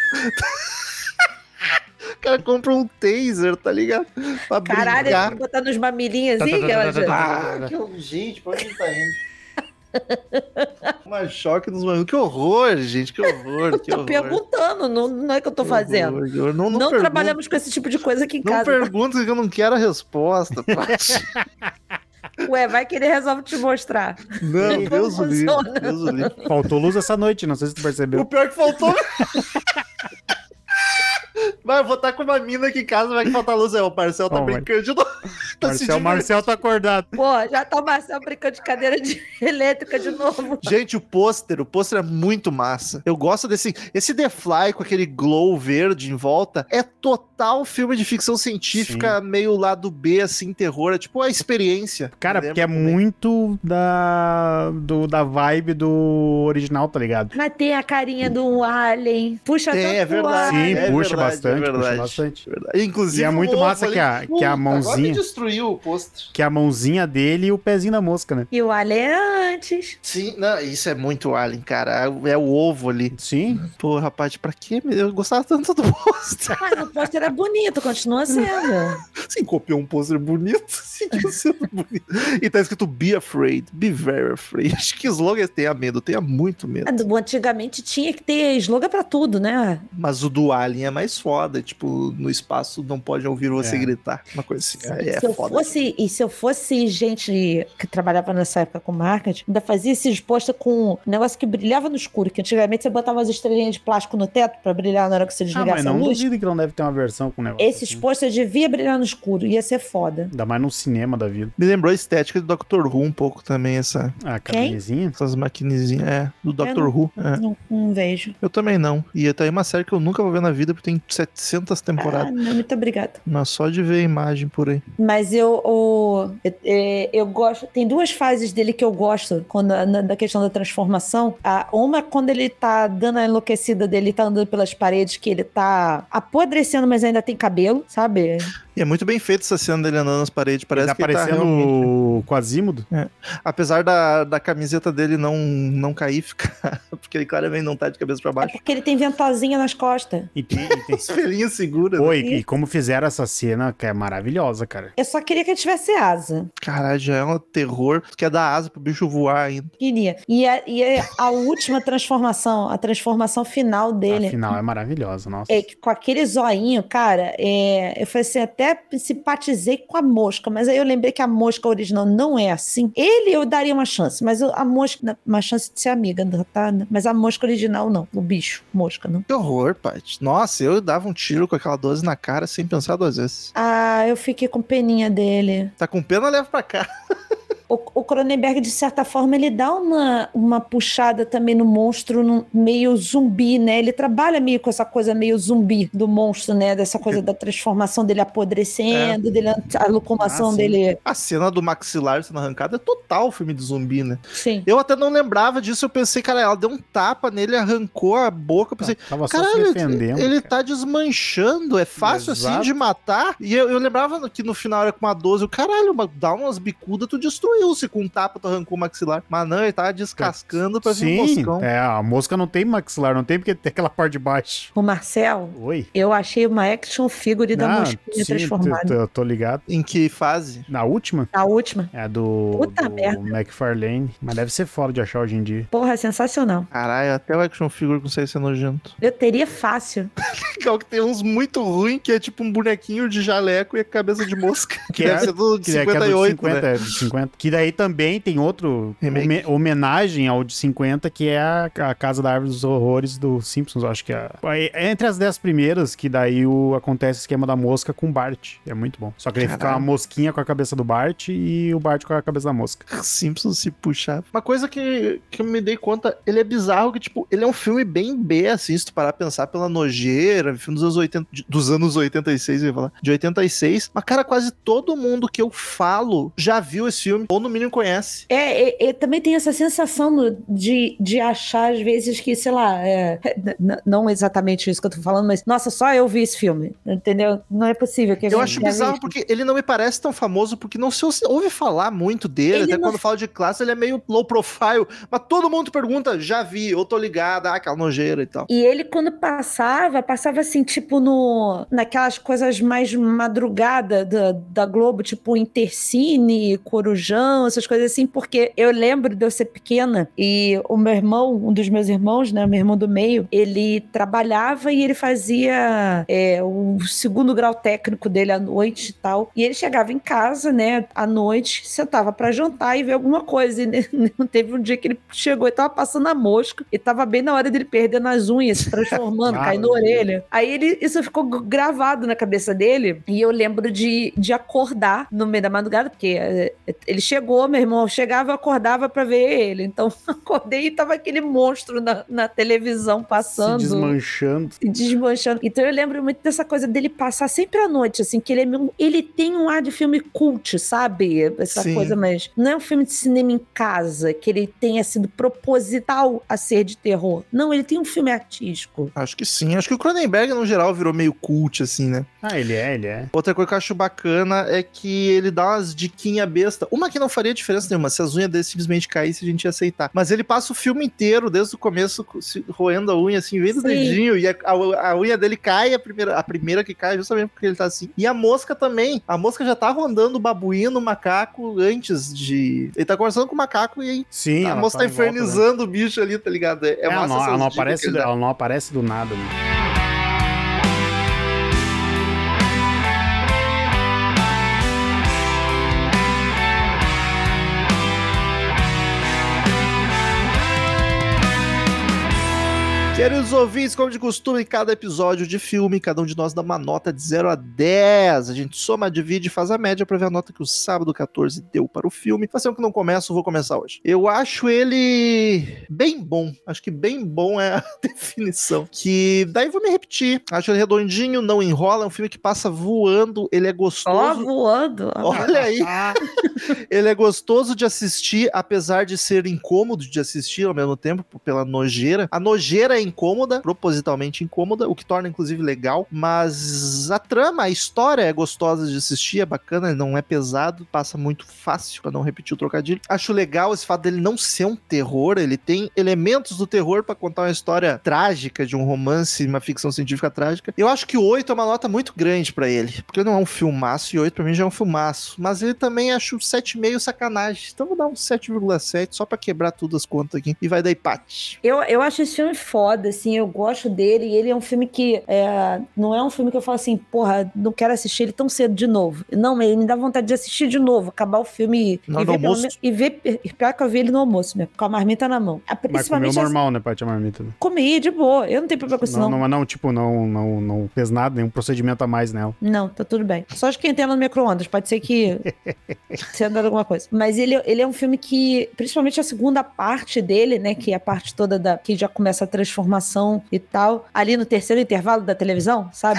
O cara compra um taser, tá ligado? Pra Caralho, brincar. ele botar nos mamilinhos assim? Ah, que... Gente, pra onde tá indo? Uma choque nos mamilos. Que horror, gente, que horror. Que tô horror. perguntando, não, não é que eu tô Que fazendo. horror. Não, não, não não trabalhamos com esse tipo de coisa aqui em não casa. Não pergunta que eu não quero a resposta. Ué, vai que ele resolve te mostrar. Não, Deus o livre. Deus o livre. Faltou luz essa noite, não sei se tu percebeu. O pior é que faltou... Vai, eu vou estar com uma mina aqui em casa, vai que falta luz. Aí, o Marcel tá oh, brincando de novo. Tá Marcel, Marcel tá acordado. Pô, já tá o Marcel brincando de cadeira de elétrica de novo. Gente, o pôster, o pôster é muito massa. Eu gosto desse... Esse The Fly com aquele glow verde em volta é total filme de ficção científica, Sim. meio lado B, assim, terror. É tipo a experiência. Cara, porque é também. muito da, do, da vibe do original, tá ligado? Mas tem a carinha do Alien. Puxa tem, tanto é verdade. Sim, é puxa verdade, bastante, é verdade, puxa bastante. É verdade. Inclusive, e é muito massa que a, que a mãozinha... destruiu o pôster. Que a mãozinha dele e o pezinho da mosca, né? E o Alien é antes. Sim, não, isso é muito Alien, cara. É o ovo ali. Sim. Pô, rapaz, pra quê? Eu gostava tanto do pôster. Mas o pôster era bonito, continua sendo. Sim, copiou um pôster bonito, seguiu sendo bonito. E tá escrito Be Afraid, Be Very Afraid. Acho que slogan tenha medo, tenha muito medo. Antigamente tinha que ter slogan pra tudo, né? Mas o do Alien é mais foda, tipo, no espaço não pode ouvir você é. gritar, uma coisa assim. É, se é eu foda. Fosse, e se eu fosse gente que trabalhava nessa época com marketing, ainda fazia esses posters com um negócio que brilhava no escuro, que antigamente você botava as estrelinhas de plástico no teto pra brilhar na hora que você desligasse ah, mas não a luz. duvido que não deve ter uma versão com negócio Esses assim. posters devia brilhar no escuro, ia ser foda. Ainda mais no cinema da vida. Me lembrou a estética do doutor Who um pouco também, essa... Ah, cabinezinha? Essas maquinezinhas, é, do doutor não, Who. É. Não, não vejo. Eu também não. E tá aí uma série que eu nunca vou ver na vida, porque tem setecentas temporadas. Ah, não, muito obrigada. Mas só de ver a imagem por aí. Mas eu, eu, eu, eu gosto... Tem duas fases dele que eu gosto, quando, na, da questão da transformação. A, uma é quando ele tá dando a enlouquecida dele, tá andando pelas paredes, que ele tá apodrecendo, mas ainda tem cabelo, sabe? E é muito bem feito essa cena dele andando nas paredes. Parece ele que ele tá parecendo realmente... o Quasímodo. É. Apesar da, da camiseta dele não, não cair, ficar... porque ele claramente não tá de cabeça pra baixo. É porque ele tem ventosinha nas costas. E tem... E tem... Espelhinho segura. Pô, né? e, e como fizeram essa cena, que é maravilhosa, cara. Eu só queria que ele tivesse asa. Caralho, já é um terror. Tu quer dar asa pro bicho voar ainda. Queria. E a, e a última transformação, a transformação final dele... A final é maravilhosa, nossa. É que com aquele zoinho, cara, é, eu falei assim, até simpatizei com a mosca, mas aí eu lembrei que a mosca original não é assim. Ele eu daria uma chance, mas a mosca, uma chance de ser amiga, tá? Mas a mosca original não, o bicho, mosca, não. Que horror, Paty. Nossa, eu dava um tiro com aquela doze na cara sem pensar duas vezes. Ah, eu fiquei com peninha dele. Tá com pena, leva pra cá. O, o Cronenberg, de certa forma, ele dá uma, uma puxada também no monstro no, meio zumbi, né? Ele trabalha meio com essa coisa meio zumbi do monstro, né? Dessa coisa da transformação dele apodrecendo, é. dele, a locomoção ah, dele. A cena do maxilar sendo arrancada é total filme de zumbi, né? Sim. Eu até não lembrava disso, eu pensei, cara, ela deu um tapa nele, arrancou a boca, eu pensei, Tava só caralho, se defendendo, ele cara. tá desmanchando, é fácil Exato. assim de matar? E eu, eu lembrava que no final era com uma doze, eu, caralho, dá umas bicudas, tu destruiu. Se com um tapa tu arrancou o maxilar. Mas não, ele tava descascando pra vir um moscão. É, a mosca não tem maxilar, não tem porque tem aquela parte de baixo. O Marcel, Oi. Eu achei uma action figure da mosquinha sim, transformada. Eu tô ligado. Em que fase? Na última? A última. É a do, Puta do merda. McFarlane. Mas deve ser foda de achar hoje em dia. Porra, é sensacional. Caralho, até o action figure consegue ser nojento. Eu teria fácil. Legal que tem uns muito ruins, que é tipo um bonequinho de jaleco e a cabeça de mosca. Que deve é, ser do de que cinquenta e oito, é, que é do cinquenta, né? é do cinquenta. Que daí também tem outro home- homenagem ao de cinquenta, que é a, a Casa da Árvore dos Horrores do Simpsons, acho que é. É entre as dez primeiras, que daí o, acontece o esquema da mosca com o Bart. É muito bom. Só que ele fica uma mosquinha com a cabeça do Bart e o Bart com a cabeça da mosca. Simpsons se puxar. Uma coisa que, que eu me dei conta, ele é bizarro que, tipo, ele é um filme bem B, assim, se tu parar a pensar pela nojeira, filme dos anos oitenta, dos anos oitenta e seis, eu ia falar, de oitenta e seis, mas, cara, quase todo mundo que eu falo já viu esse filme, ou no mínimo conhece. É, e, e também tem essa sensação no- de, de achar, às vezes, que, sei lá, é, n- não exatamente isso que eu tô falando, mas, nossa, só eu vi esse filme, entendeu? Não é possível que a Eu gente acho tenha bizarro visto. porque ele não me parece tão famoso, porque não se ouve falar muito dele, Ele até não- quando fala de classe ele é meio low profile, mas todo mundo pergunta, já vi, eu tô ligado, ah, aquela nojeira e tal. E ele, quando passava, passava assim, tipo, no, naquelas coisas mais madrugada da, da Globo, tipo Intercine, Corujão, essas coisas assim, porque eu lembro de eu ser pequena e o meu irmão, um dos meus irmãos, né, meu irmão do meio, ele trabalhava e ele fazia é, o segundo grau técnico dele à noite e tal. E ele chegava em casa, né, à noite, sentava pra jantar e ver alguma coisa. E teve um dia que ele chegou e tava passando a mosca e tava bem na hora dele perdendo as unhas, se transformando, Ah, caindo na orelha. Aí ele, isso ficou gravado na cabeça dele e eu lembro de, de acordar no meio da madrugada, porque é, ele chegou, meu irmão chegava, eu acordava pra ver ele. Então acordei e tava aquele monstro na, na televisão passando. Se desmanchando. Se desmanchando. Então eu lembro muito dessa coisa dele passar sempre à noite, assim, que ele, é meio- ele tem um ar de filme cult, sabe? Essa Sim. coisa, mas não é um filme de cinema em casa, que ele tenha sido proposital a ser de terror. Não, ele tem um filme artístico. Acho que sim, acho que o Cronenberg no geral virou meio cult, assim, né? Ah, ele é, ele é. Outra coisa que eu acho bacana é que ele dá umas diquinhas besta. Uma que não faria diferença nenhuma, se as unhas dele simplesmente caíssem, a gente ia aceitar. Mas ele passa o filme inteiro, desde o começo, se- roendo a unha, assim, vem do Sim. dedinho, e a, a- a unha dele cai, a primeira, a primeira que cai, justamente porque ele tá assim. E a mosca também. A mosca já tá rondando o babuíno, o macaco, antes de... Ele tá conversando com o macaco e aí Sim, a ela moça tá em volta, né? infernizando o bicho ali, tá ligado? É, é É, ela, massa não, ela, essas não dicas aparece, que ele dá. ela não aparece do nada, né? Queridos ouvintes, como de costume, em cada episódio de filme, cada um de nós dá uma nota de zero a dez. A gente soma, divide e faz a média pra ver a nota que o Sábado catorze deu para o filme. Faz tempo que não começo, vou começar hoje. Eu acho ele bem bom. Acho que bem bom é a definição. Que daí vou me repetir. Acho ele redondinho, não enrola. É um filme que passa voando. Ele é Ó, gostoso. voando. Ó. Olha aí. Ele é gostoso de assistir, apesar de ser incômodo de assistir ao mesmo tempo, pela nojeira. A nojeira é incômoda, propositalmente incômoda, o que torna inclusive legal, mas a trama, a história é gostosa de assistir, é bacana, ele não é pesado, passa muito fácil, pra não repetir o trocadilho. Acho legal esse fato dele não ser um terror, ele tem elementos do terror pra contar uma história trágica de um romance, uma ficção científica trágica. Eu acho que o oito é uma nota muito grande pra ele, porque não é um filmaço, e oito pra mim já é um filmaço, mas ele também acho sete vírgula cinco sacanagem, então vou dar um sete vírgula sete só pra quebrar todas as contas aqui, e vai dar empate. Eu, eu acho esse filme foda, assim, eu gosto dele, e ele é um filme que é, não é um filme que eu falo assim, porra, não quero assistir ele tão cedo de novo. Não, ele me dá vontade de assistir de novo, acabar o filme Não, e, no ver pelo almoço? menos- e ver, pior que eu vi ele no almoço, né, com a marmita na mão. Ah, Mas comeu Principalmente normal, né, Paty, a marmita? Né? comi de boa, eu não tenho problema com isso Não, não. não, não, tipo, não, não, não fez nada, nenhum procedimento a mais nela. Não, tá tudo bem. Só esquentei no micro-ondas, pode ser que tenha dado alguma coisa. Mas ele, ele é um filme que, principalmente a segunda parte dele, né, que é a parte toda da que já começa a transformação e tal, ali no terceiro intervalo da televisão, sabe?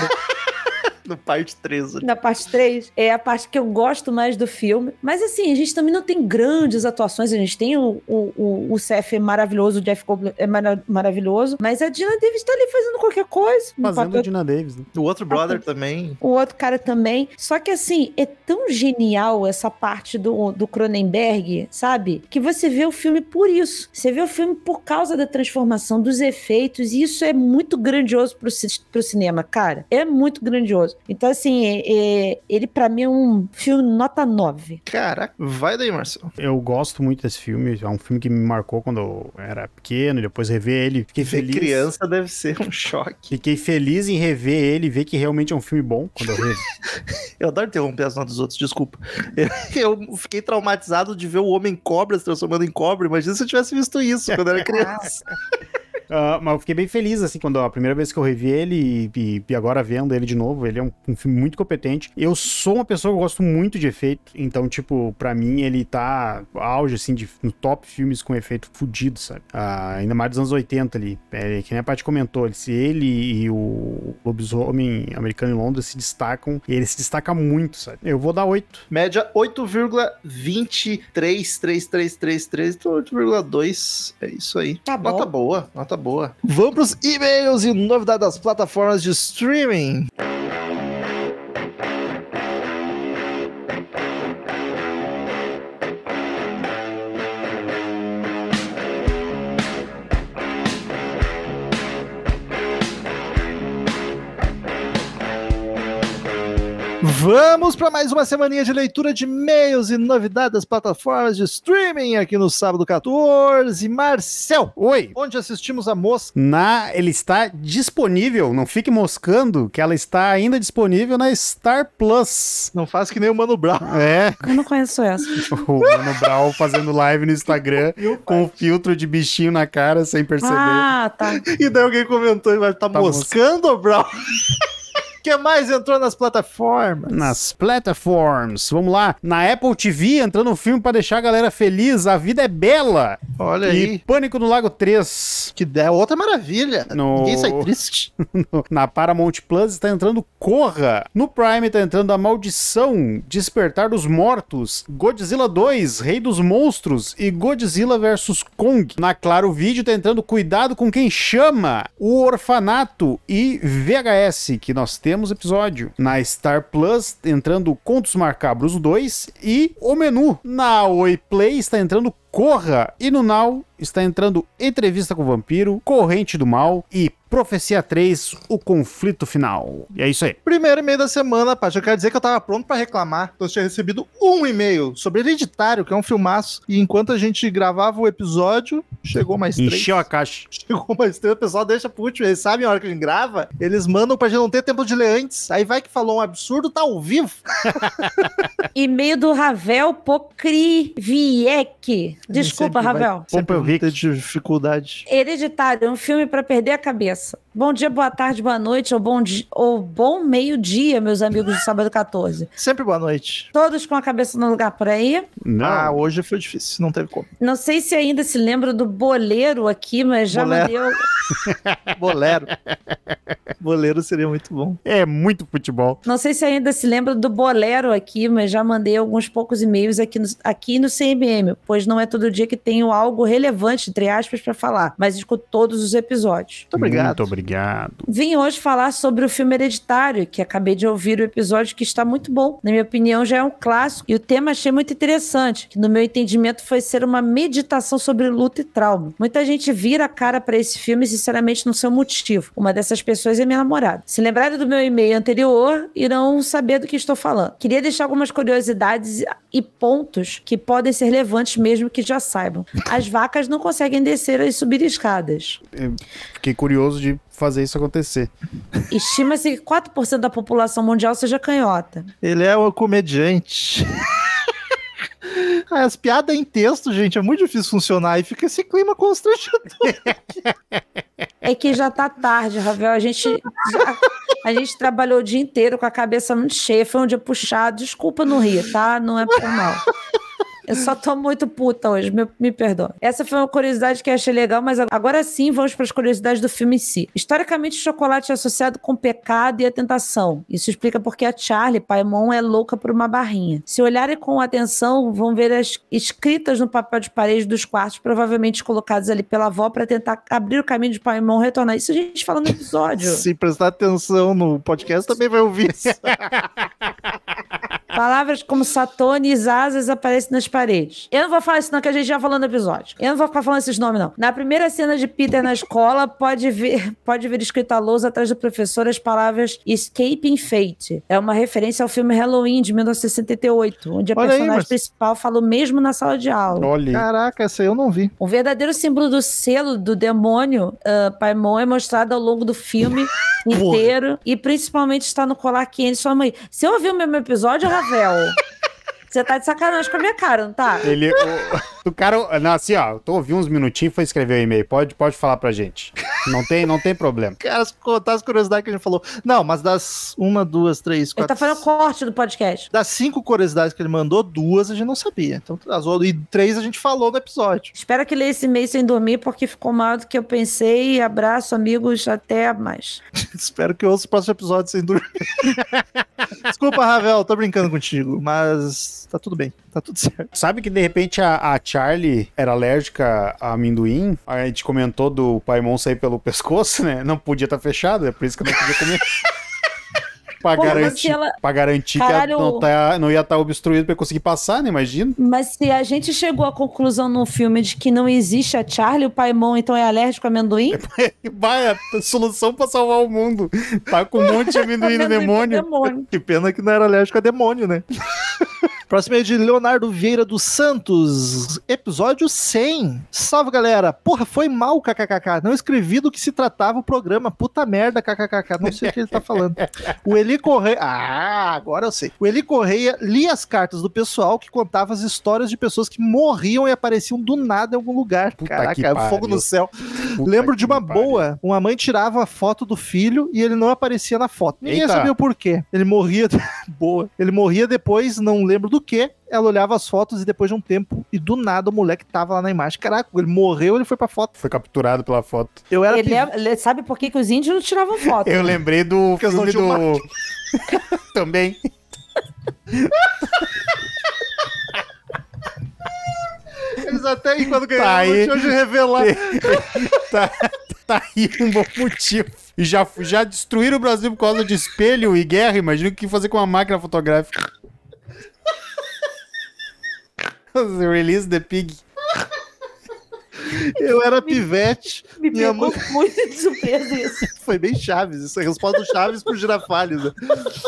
No parte três. Na parte três, é a parte que eu gosto mais do filme. Mas assim, a gente também não tem grandes atuações. A gente tem o, o, o, o C F é maravilhoso, o Jeff Goldblum é mara- maravilhoso. Mas a Dina Davis tá ali fazendo qualquer coisa. no Fazendo papel- a Dina Davis, né? O outro brother também. O outro cara também. Só que assim, é tão genial essa parte do, do Cronenberg, sabe? Que você vê o filme por isso. Você vê o filme por causa da transformação, dos efeitos. E isso é muito grandioso pro, ci- pro cinema, cara. É muito grandioso. Então, assim, é, é, ele pra mim é um filme nota nove. Caraca, vai daí, Marcelo. Eu gosto muito desse filme, é um filme que me marcou quando eu era pequeno, e depois rever ele, fiquei Ver feliz. criança deve ser um choque. Fiquei feliz em rever ele e ver que realmente é um filme bom quando eu revi. Eu adoro interromper as notas dos outros, desculpa. Eu, eu fiquei traumatizado de ver o Homem-Cobra se transformando em cobra. Imagina se eu tivesse visto isso quando eu era criança. Uh, mas eu fiquei bem feliz, assim, quando a primeira vez que eu revi ele e, e agora vendo ele de novo, ele é um, um filme muito competente. Eu sou uma pessoa que gosto muito de efeito, então, tipo, pra mim ele tá auge, assim, de, no top filmes com efeito fudido, sabe? Uh, ainda mais dos anos oitenta ali. É, que nem a Paty comentou, se ele e o Lobisomem Americano em Londres se destacam, e ele se destaca muito, sabe? Eu vou dar oito. Média oito vírgula dois três três três três três, então oito vírgula dois. É isso aí. Tá bom. Nota boa, nota boa. Vamos pros e-mails e novidades das plataformas de streaming. Vamos para mais uma semaninha de leitura de e-mails e novidades das plataformas de streaming aqui no sábado quatorze. Marcel, Oi! onde assistimos a Mosca? Na, ele está disponível, não fique moscando, que ela está ainda disponível na Star Plus. Não faz que nem o Mano Brown. É, Eu não conheço essa. o Mano Brown fazendo live no Instagram com um filtro de bichinho na cara sem perceber. Ah, tá. E daí alguém comentou e vai tá, Tá moscando, Brown? O que mais entrou nas plataformas? Nas plataformas, vamos lá. Na Apple T V, entrando um filme pra deixar a galera feliz, A Vida é Bela. Olha E aí. Pânico no Lago três. Que é outra maravilha. No- Ninguém sai triste. Na Paramount Plus está entrando Corra. No Prime está entrando A Maldição, Despertar dos Mortos, Godzilla dois, Rei dos Monstros e Godzilla versus Kong. Na Claro Vídeo está entrando Cuidado com Quem Chama, O Orfanato e V H S, que nós temos episódio. Na Star Plus entrando Contos Macabros dois e O Menu. Na Oi Play está entrando Corra e no Now está entrando Entrevista com o Vampiro, Corrente do Mal e Profecia três, O Conflito Final. E é isso aí. Primeiro e-mail da semana, Paty. Eu quero dizer que eu tava pronto pra reclamar. Então eu tinha recebido um e-mail sobre Hereditário, que é um filmaço. E enquanto a gente gravava o episódio, chegou mais três. Encheu a caixa. Chegou mais três, o pessoal deixa pro último. Eles sabem a hora que a gente grava, eles mandam pra gente não ter tempo de ler antes. Aí vai que falou um absurdo, tá ao vivo. E-mail do Ravel Pokriviek. Desculpa, Sempre vai- Ravel. Sempre vai Popovic. ter dificuldade. Hereditário, um filme pra perder a cabeça. Bom dia, boa tarde, boa noite ou bom, di- ou bom meio-dia, meus amigos do Sábado quatorze. Sempre boa noite. Todos com a cabeça no lugar por aí. Não. Ah, hoje foi difícil, não teve como. Não sei se ainda se lembra do boleiro aqui, mas já Bolero. mandei... o- Bolero. Boleiro seria muito bom. É muito futebol. Não sei se ainda se lembra do bolero aqui, mas já mandei alguns poucos e-mails aqui no, aqui no C M M, pois não é todo dia que tenho algo relevante, entre aspas, pra falar, mas escuto todos os episódios. Muito obrigado. Muito obrigado. Vim hoje falar sobre o filme Hereditário, que acabei de ouvir o episódio, que está muito bom. Na minha opinião, já é um clássico. E o tema achei muito interessante, que no meu entendimento foi ser uma meditação sobre luta e trauma. Muita gente vira a cara para esse filme, sinceramente, não sei o motivo. Uma dessas pessoas é minha namorada. Se lembrarem do meu e-mail anterior, irão saber do que estou falando. Queria deixar algumas curiosidades e pontos que podem ser relevantes mesmo que já saibam. As vacas não conseguem descer e subir escadas. Fiquei curioso de fazer isso acontecer. Estima-se que quatro por cento da população mundial seja canhota. Ele é um comediante. Ah, as piadas em texto, gente, é muito difícil funcionar e fica esse clima constrangedor. É que já tá tarde, Ravel. A gente, já- a gente trabalhou o dia inteiro com a cabeça muito cheia. Foi um dia puxado. Desculpa não rir, tá? Não é por mal. Eu só tô muito puta hoje, me, me perdoa. Essa foi uma curiosidade que eu achei legal, mas agora sim vamos para as curiosidades do filme em si. Historicamente, o chocolate é associado com o pecado e a tentação. Isso explica porque a Charlie, Paimon, é louca por uma barrinha. Se olharem com atenção, vão ver as escritas no papel de parede dos quartos, provavelmente colocados ali pela avó para tentar abrir o caminho de Paimon retornar. Isso a gente fala no episódio. Se prestar atenção no podcast, também vai ouvir isso. Palavras como Satone e Zazas aparecem nas paredes. Eu não vou falar isso não, que a gente já falou no episódio. Eu não vou ficar falando esses nomes, não. Na primeira cena de Peter na escola, pode ver, pode ver escrito à lousa atrás do professor as palavras Escaping Fate. É uma referência ao filme Halloween, de mil novecentos e sessenta e oito, onde a Olha personagem aí, mas... principal falou mesmo na sala de aula. Olha. Caraca, essa aí eu não vi. O verdadeiro símbolo do selo do demônio, uh, Paimon, é mostrado ao longo do filme inteiro e principalmente está no colar que ele e sua mãe. Você ouviu o mesmo episódio, Ravel? Você tá de sacanagem com a minha cara, não tá? Ele, o, o cara, não, assim, ó, tô ouvindo uns minutinhos e foi escrever o e-mail. Pode, pode falar pra gente. Não tem, não tem problema. Cara, se contar as curiosidades que a gente falou. Não, mas das uma, duas, três, quatro... Ele tá fazendo corte do podcast. Das cinco curiosidades que ele mandou, duas a gente não sabia. Então, as outras, e três a gente falou no episódio. Espero que leia esse e-mail sem dormir, porque ficou maior do que eu pensei. Abraço, amigos, até mais. Espero que ouça o próximo episódio sem dormir. Desculpa, Ravel, tô brincando contigo, mas tá tudo bem, tá tudo certo. Sabe que de repente a, a Charlie era alérgica a amendoim? A gente comentou do Paimon sair pelo pescoço, né? Não podia estar fechado, é por isso que eu não podia comer. Pra, Porra, garantir, ela... pra garantir Caralho... que não, tá, não ia estar obstruído pra conseguir passar, né? Imagina. Mas se a gente chegou à conclusão no filme de que não existe a Charlie, o Paimon então é alérgico a amendoim? Vai, a solução pra salvar o mundo. Tá com um monte de amendoim no demônio. demônio. Que pena que não era alérgico a demônio, né? Próximo é de Leonardo Vieira dos Santos, episódio cem. Salve, galera. Porra, foi mal, kkkk. Não escrevi do que se tratava o programa. Puta merda, kkkk. Não sei o que ele tá falando. O Eli Correia... Ah, agora eu sei. O Eli Correia lia as cartas do pessoal que contava as histórias de pessoas que morriam e apareciam do nada em algum lugar. Puta Caraca, fogo no céu. Puta Lembro de uma pariu. boa. Uma mãe tirava a foto do filho e ele não aparecia na foto. Ninguém Eita. sabia o porquê. Ele morria... boa. Ele morria depois, não lembro do que. Ela olhava as fotos e depois de um tempo, e do nada o moleque tava lá na imagem. Caraca, ele morreu, ele foi pra foto. Foi capturado pela foto. Eu era Ele piv- é- ele- sabe por que, que os índios não tiravam foto? Eu lembrei do Porque eles não filme tinham do... Também. Eles até quando Tá ganharam aí. não tinham de revelar. tá, tá aí um bom motivo. E já, já destruíram o Brasil por causa de espelho e guerra. Imagina o que fazer com uma máquina fotográfica. Release the pig. Eu era pivete. Me minha pegou mãe... muito de surpresa isso. Foi bem Chaves, isso é a resposta do Chaves pro Girafales. Né?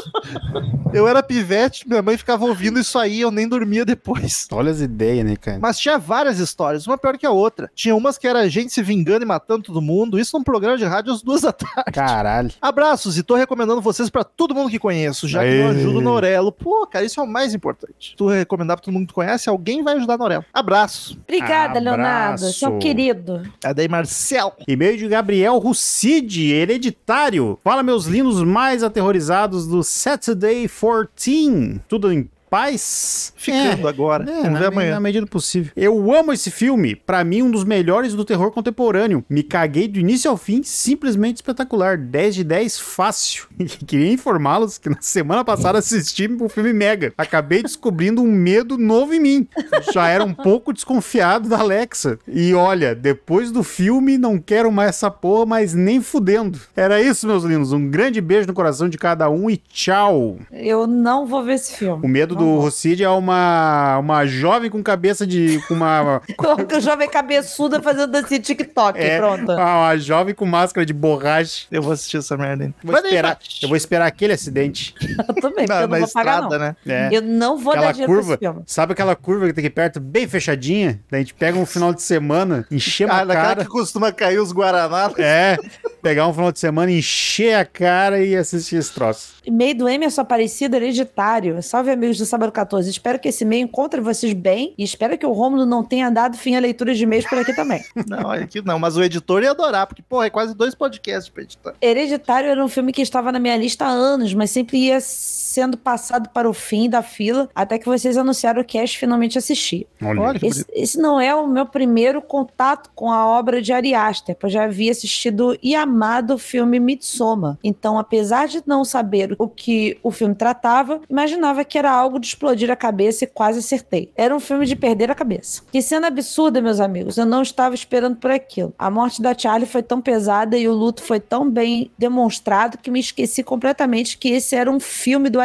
Eu era pivete, minha mãe ficava ouvindo isso aí, eu nem dormia depois. Olha as ideias, né, cara? Mas tinha várias histórias, uma pior que a outra. Tinha umas que era gente se vingando e matando todo mundo, isso num programa de rádio às duas da tarde. Caralho. Abraços, e tô recomendando vocês pra todo mundo que conheço, já que Aê. não ajuda o Norelo. Pô, cara, isso é o mais importante. Tu recomendar pra todo mundo que conhece, alguém vai ajudar o Norelo. Abraço. Obrigada, Abraço. Leonardo. Você é um querido. É daí, Marcel. E-mail de Gabriel Rucide, hereditário. Fala, meus lindos mais aterrorizados do Saturday quatorze. Tudo em paz? Ficando agora. É, Vamos na, ver amanhã. na medida do possível. Eu amo esse filme. Pra mim, um dos melhores do terror contemporâneo. Me caguei do início ao fim. Simplesmente espetacular. dez de dez fácil. Queria informá-los que na semana passada assisti o filme Mega. Acabei descobrindo um medo novo em mim. Já era um pouco desconfiado da Alexa. E olha, depois do filme, não quero mais essa porra, mas nem fudendo. Era isso, meus lindos. Um grande beijo no coração de cada um e tchau. Eu não vou ver esse filme. O medo do Rosside é uma, uma jovem com cabeça de... com uma... Coloca o jovem cabeçuda fazendo dancinha de TikTok, É, pronto. uma jovem com máscara de borracha. Eu vou assistir essa merda ainda. Vou esperar, eu vou esperar aquele acidente. Eu também, porque Na, eu não na vou pagar, estrada, não. né? É. Eu não vou dar Aquela dinheiro pra curva, esse filme. sabe aquela curva que tem aqui perto, bem fechadinha? Daí a gente pega um final de semana, encher Ah, a naquela cara. que costuma cair os Guaraná. É, pegar um final de semana, encher a cara e assistir esse troço. E-mail do Emerson Aparecido Hereditário. Salve, amigos do Sábado quatorze. Espero que esse e-mail encontre vocês bem e espero que o Rômulo não tenha dado fim à leitura de e-mails por aqui também. Não, aqui não, mas o editor ia adorar, porque, pô, é quase dois podcasts pra editar. Hereditário era um filme que estava na minha lista há anos, mas sempre ia sendo passado para o fim da fila, até que vocês anunciaram o cast e finalmente assisti. Olha, Olha que Esse, esse não é o meu primeiro contato com a obra de Ari Aster, pois já havia assistido e amado o filme Midsommar. Então, apesar de não saber o que o filme tratava, imaginava que era algo de explodir a cabeça e quase acertei. Era um filme de perder a cabeça. Que cena absurda, meus amigos. Eu não estava esperando por aquilo. A morte da Charlie foi tão pesada e o luto foi tão bem demonstrado que me esqueci completamente que esse era um filme do Ari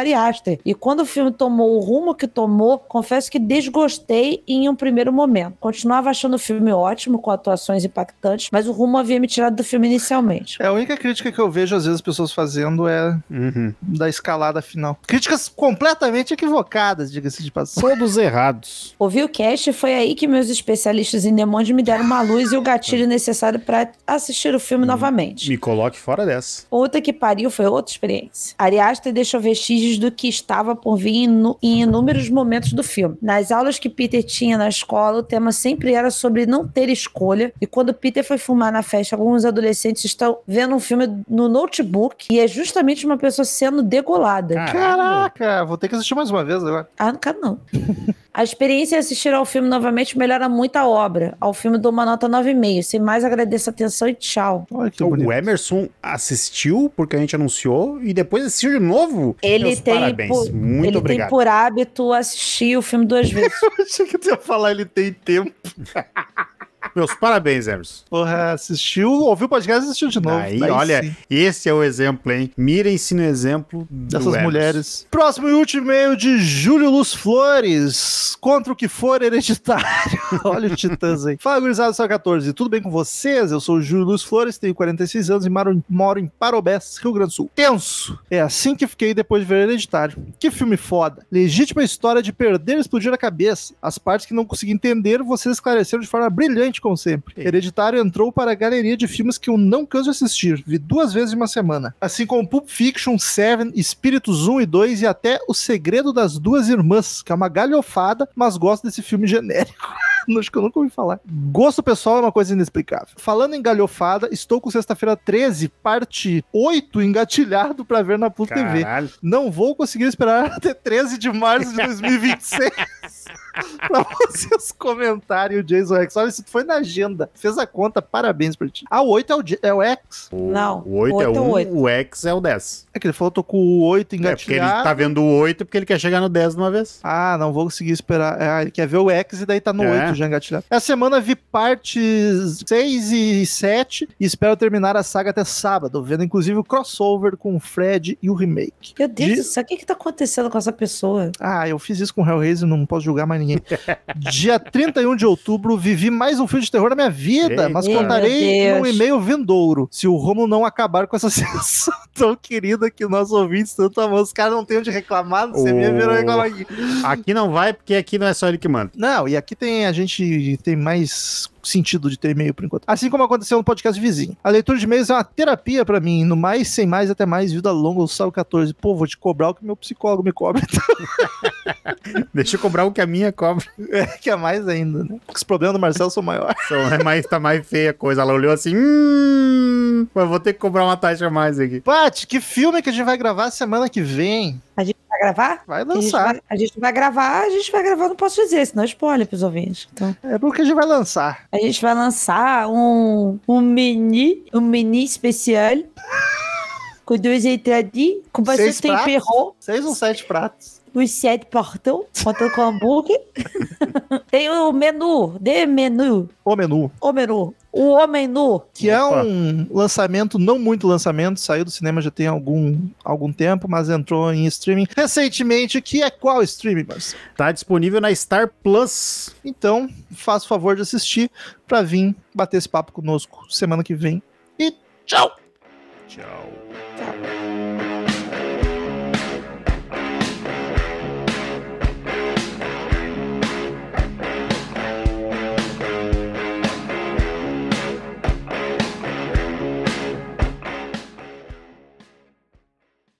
Ari Aster. E quando o filme tomou o rumo que tomou, confesso que desgostei em um primeiro momento. Continuava achando o filme ótimo, com atuações impactantes, mas o rumo havia me tirado do filme inicialmente. É, a única crítica que eu vejo, às vezes, as pessoas fazendo é Uhum. da escalada final. Críticas completamente equivocadas, diga-se de passagem. Todos errados. Ouvi o cast e foi aí que meus especialistas em demônios me deram uma luz e o gatilho necessário pra assistir o filme novamente. Me coloque fora dessa. Outra que pariu foi outra experiência. Ari Aster deixou vestígios do que estava por vir em, nu- em inúmeros momentos do filme. Nas aulas que Peter tinha na escola, o tema sempre era sobre não ter escolha, e quando Peter foi fumar na festa, alguns adolescentes estão vendo um filme no notebook, e é justamente uma pessoa sendo degolada. Caralho. Caraca, vou ter que assistir mais uma vez agora. Ah, não quero não. A experiência em assistir ao filme novamente melhora muito a obra. Ao filme dou uma nota nove vírgula cinco. Sem mais, agradeço a atenção e tchau. Olha que bonito. O Emerson assistiu porque a gente anunciou e depois assistiu de novo. Ele Meus tem, parabéns. por, Muito ele obrigado. tem por hábito assistir o filme duas vezes. Achei que tu ia falar, ele tem tempo. Meus parabéns, Emerson. Porra, assistiu, ouviu o podcast e assistiu de novo. Aí, Daí olha, sim. esse é o exemplo, hein? Mirem-se no exemplo do Dessas Emerson. mulheres. Próximo e último e-mail de Júlio Luz Flores. Contra o que for hereditário. Olha o Titãs aí. Fala, gurizada do Céu quatorze. Tudo bem com vocês? Eu sou o Júlio Luz Flores, tenho quarenta e seis anos e moro, moro em Parobés, Rio Grande do Sul. Tenso. É assim que fiquei depois de ver Hereditário. Que filme foda. Legítima história de perder e explodir a cabeça. As partes que não consegui entender, vocês esclareceram de forma brilhante, como sempre. Ei. Hereditário entrou para a galeria de filmes que eu não canso de assistir. Vi duas vezes em uma semana. Assim como Pulp Fiction, Seven, Espíritos um e dois e até O Segredo das Duas Irmãs, que é uma galhofada, mas gosto desse filme genérico. Acho que eu nunca ouvi falar. Gosto pessoal é uma coisa inexplicável. Falando em galhofada, estou com Sexta-feira treze, parte oito, engatilhado pra ver na Pluto T V. Caralho. Não vou conseguir esperar até treze de março de dois mil e vinte e seis pra vocês comentarem o Jason X. Olha, isso foi na agenda. Fez a conta, parabéns pra ti. Ah, o oito é o, J- é o X. Não, O oito é oito é o o um, oito. o X é o dez. É que ele falou, tô com o oito É porque ele engatilhado. tá vendo o oito porque ele quer chegar no dez de uma vez. Ah, não vou conseguir esperar. Ah, ele quer ver o X e daí tá no É. oito já engatilhado. Essa semana vi partes seis e sete e espero terminar a saga até sábado, vendo inclusive o crossover com o Fred e o remake. Meu Deus Di- do céu, o que que tá acontecendo com essa pessoa? Ah, eu fiz isso com Hellraiser, não posso julgar mais ninguém. Dia trinta e um de outubro, vivi mais um filme de terror na minha vida, Eita. mas Meu contarei Deus. num e-mail vindouro, se o Romulo não acabar com essa sensação tão querida que nossos ouvintes tanto amam. Os caras não têm onde reclamar, você Oh. me viram reclamar aqui. Aqui não vai porque aqui não é só ele que manda. Não, e aqui tem a gente tem mais sentido de ter e-mail por enquanto. Assim como aconteceu no podcast vizinho. A leitura de e-mails é uma terapia pra mim. No mais, sem mais, até mais, vida longa, o Sal quatorze. Pô, vou te cobrar o que meu psicólogo me cobra. Deixa eu cobrar o que a minha cobra. É, que é mais ainda, né? Porque os problemas do Marcelo são maiores. Só é mais, tá mais feia a coisa. Ela olhou assim, hum, mas vou ter que cobrar uma taxa a mais aqui. Paty, que filme que a gente vai gravar semana que vem? A gente vai gravar? Vai A gente lançar. vai, a gente vai gravar, a gente vai gravar, não posso dizer, senão é spoiler pros ouvintes. Então, É porque a gente vai lançar. a gente vai lançar um, um mini, um mini especial com duas entradinhas, com bastante Seis pratos? tempero, Seis ou sete pratos. os sete portão, contando com hambúrguer. Tem o menu, de menu, O menu. o menu, o homem nu. Que é Opa. um lançamento, não muito lançamento, saiu do cinema já tem algum, algum tempo, mas entrou em streaming recentemente, que é qual streaming, Marcelo? Tá disponível na Star Plus. Então, faça o favor de assistir pra vir bater esse papo conosco semana que vem. E tchau! Tchau. Tchau.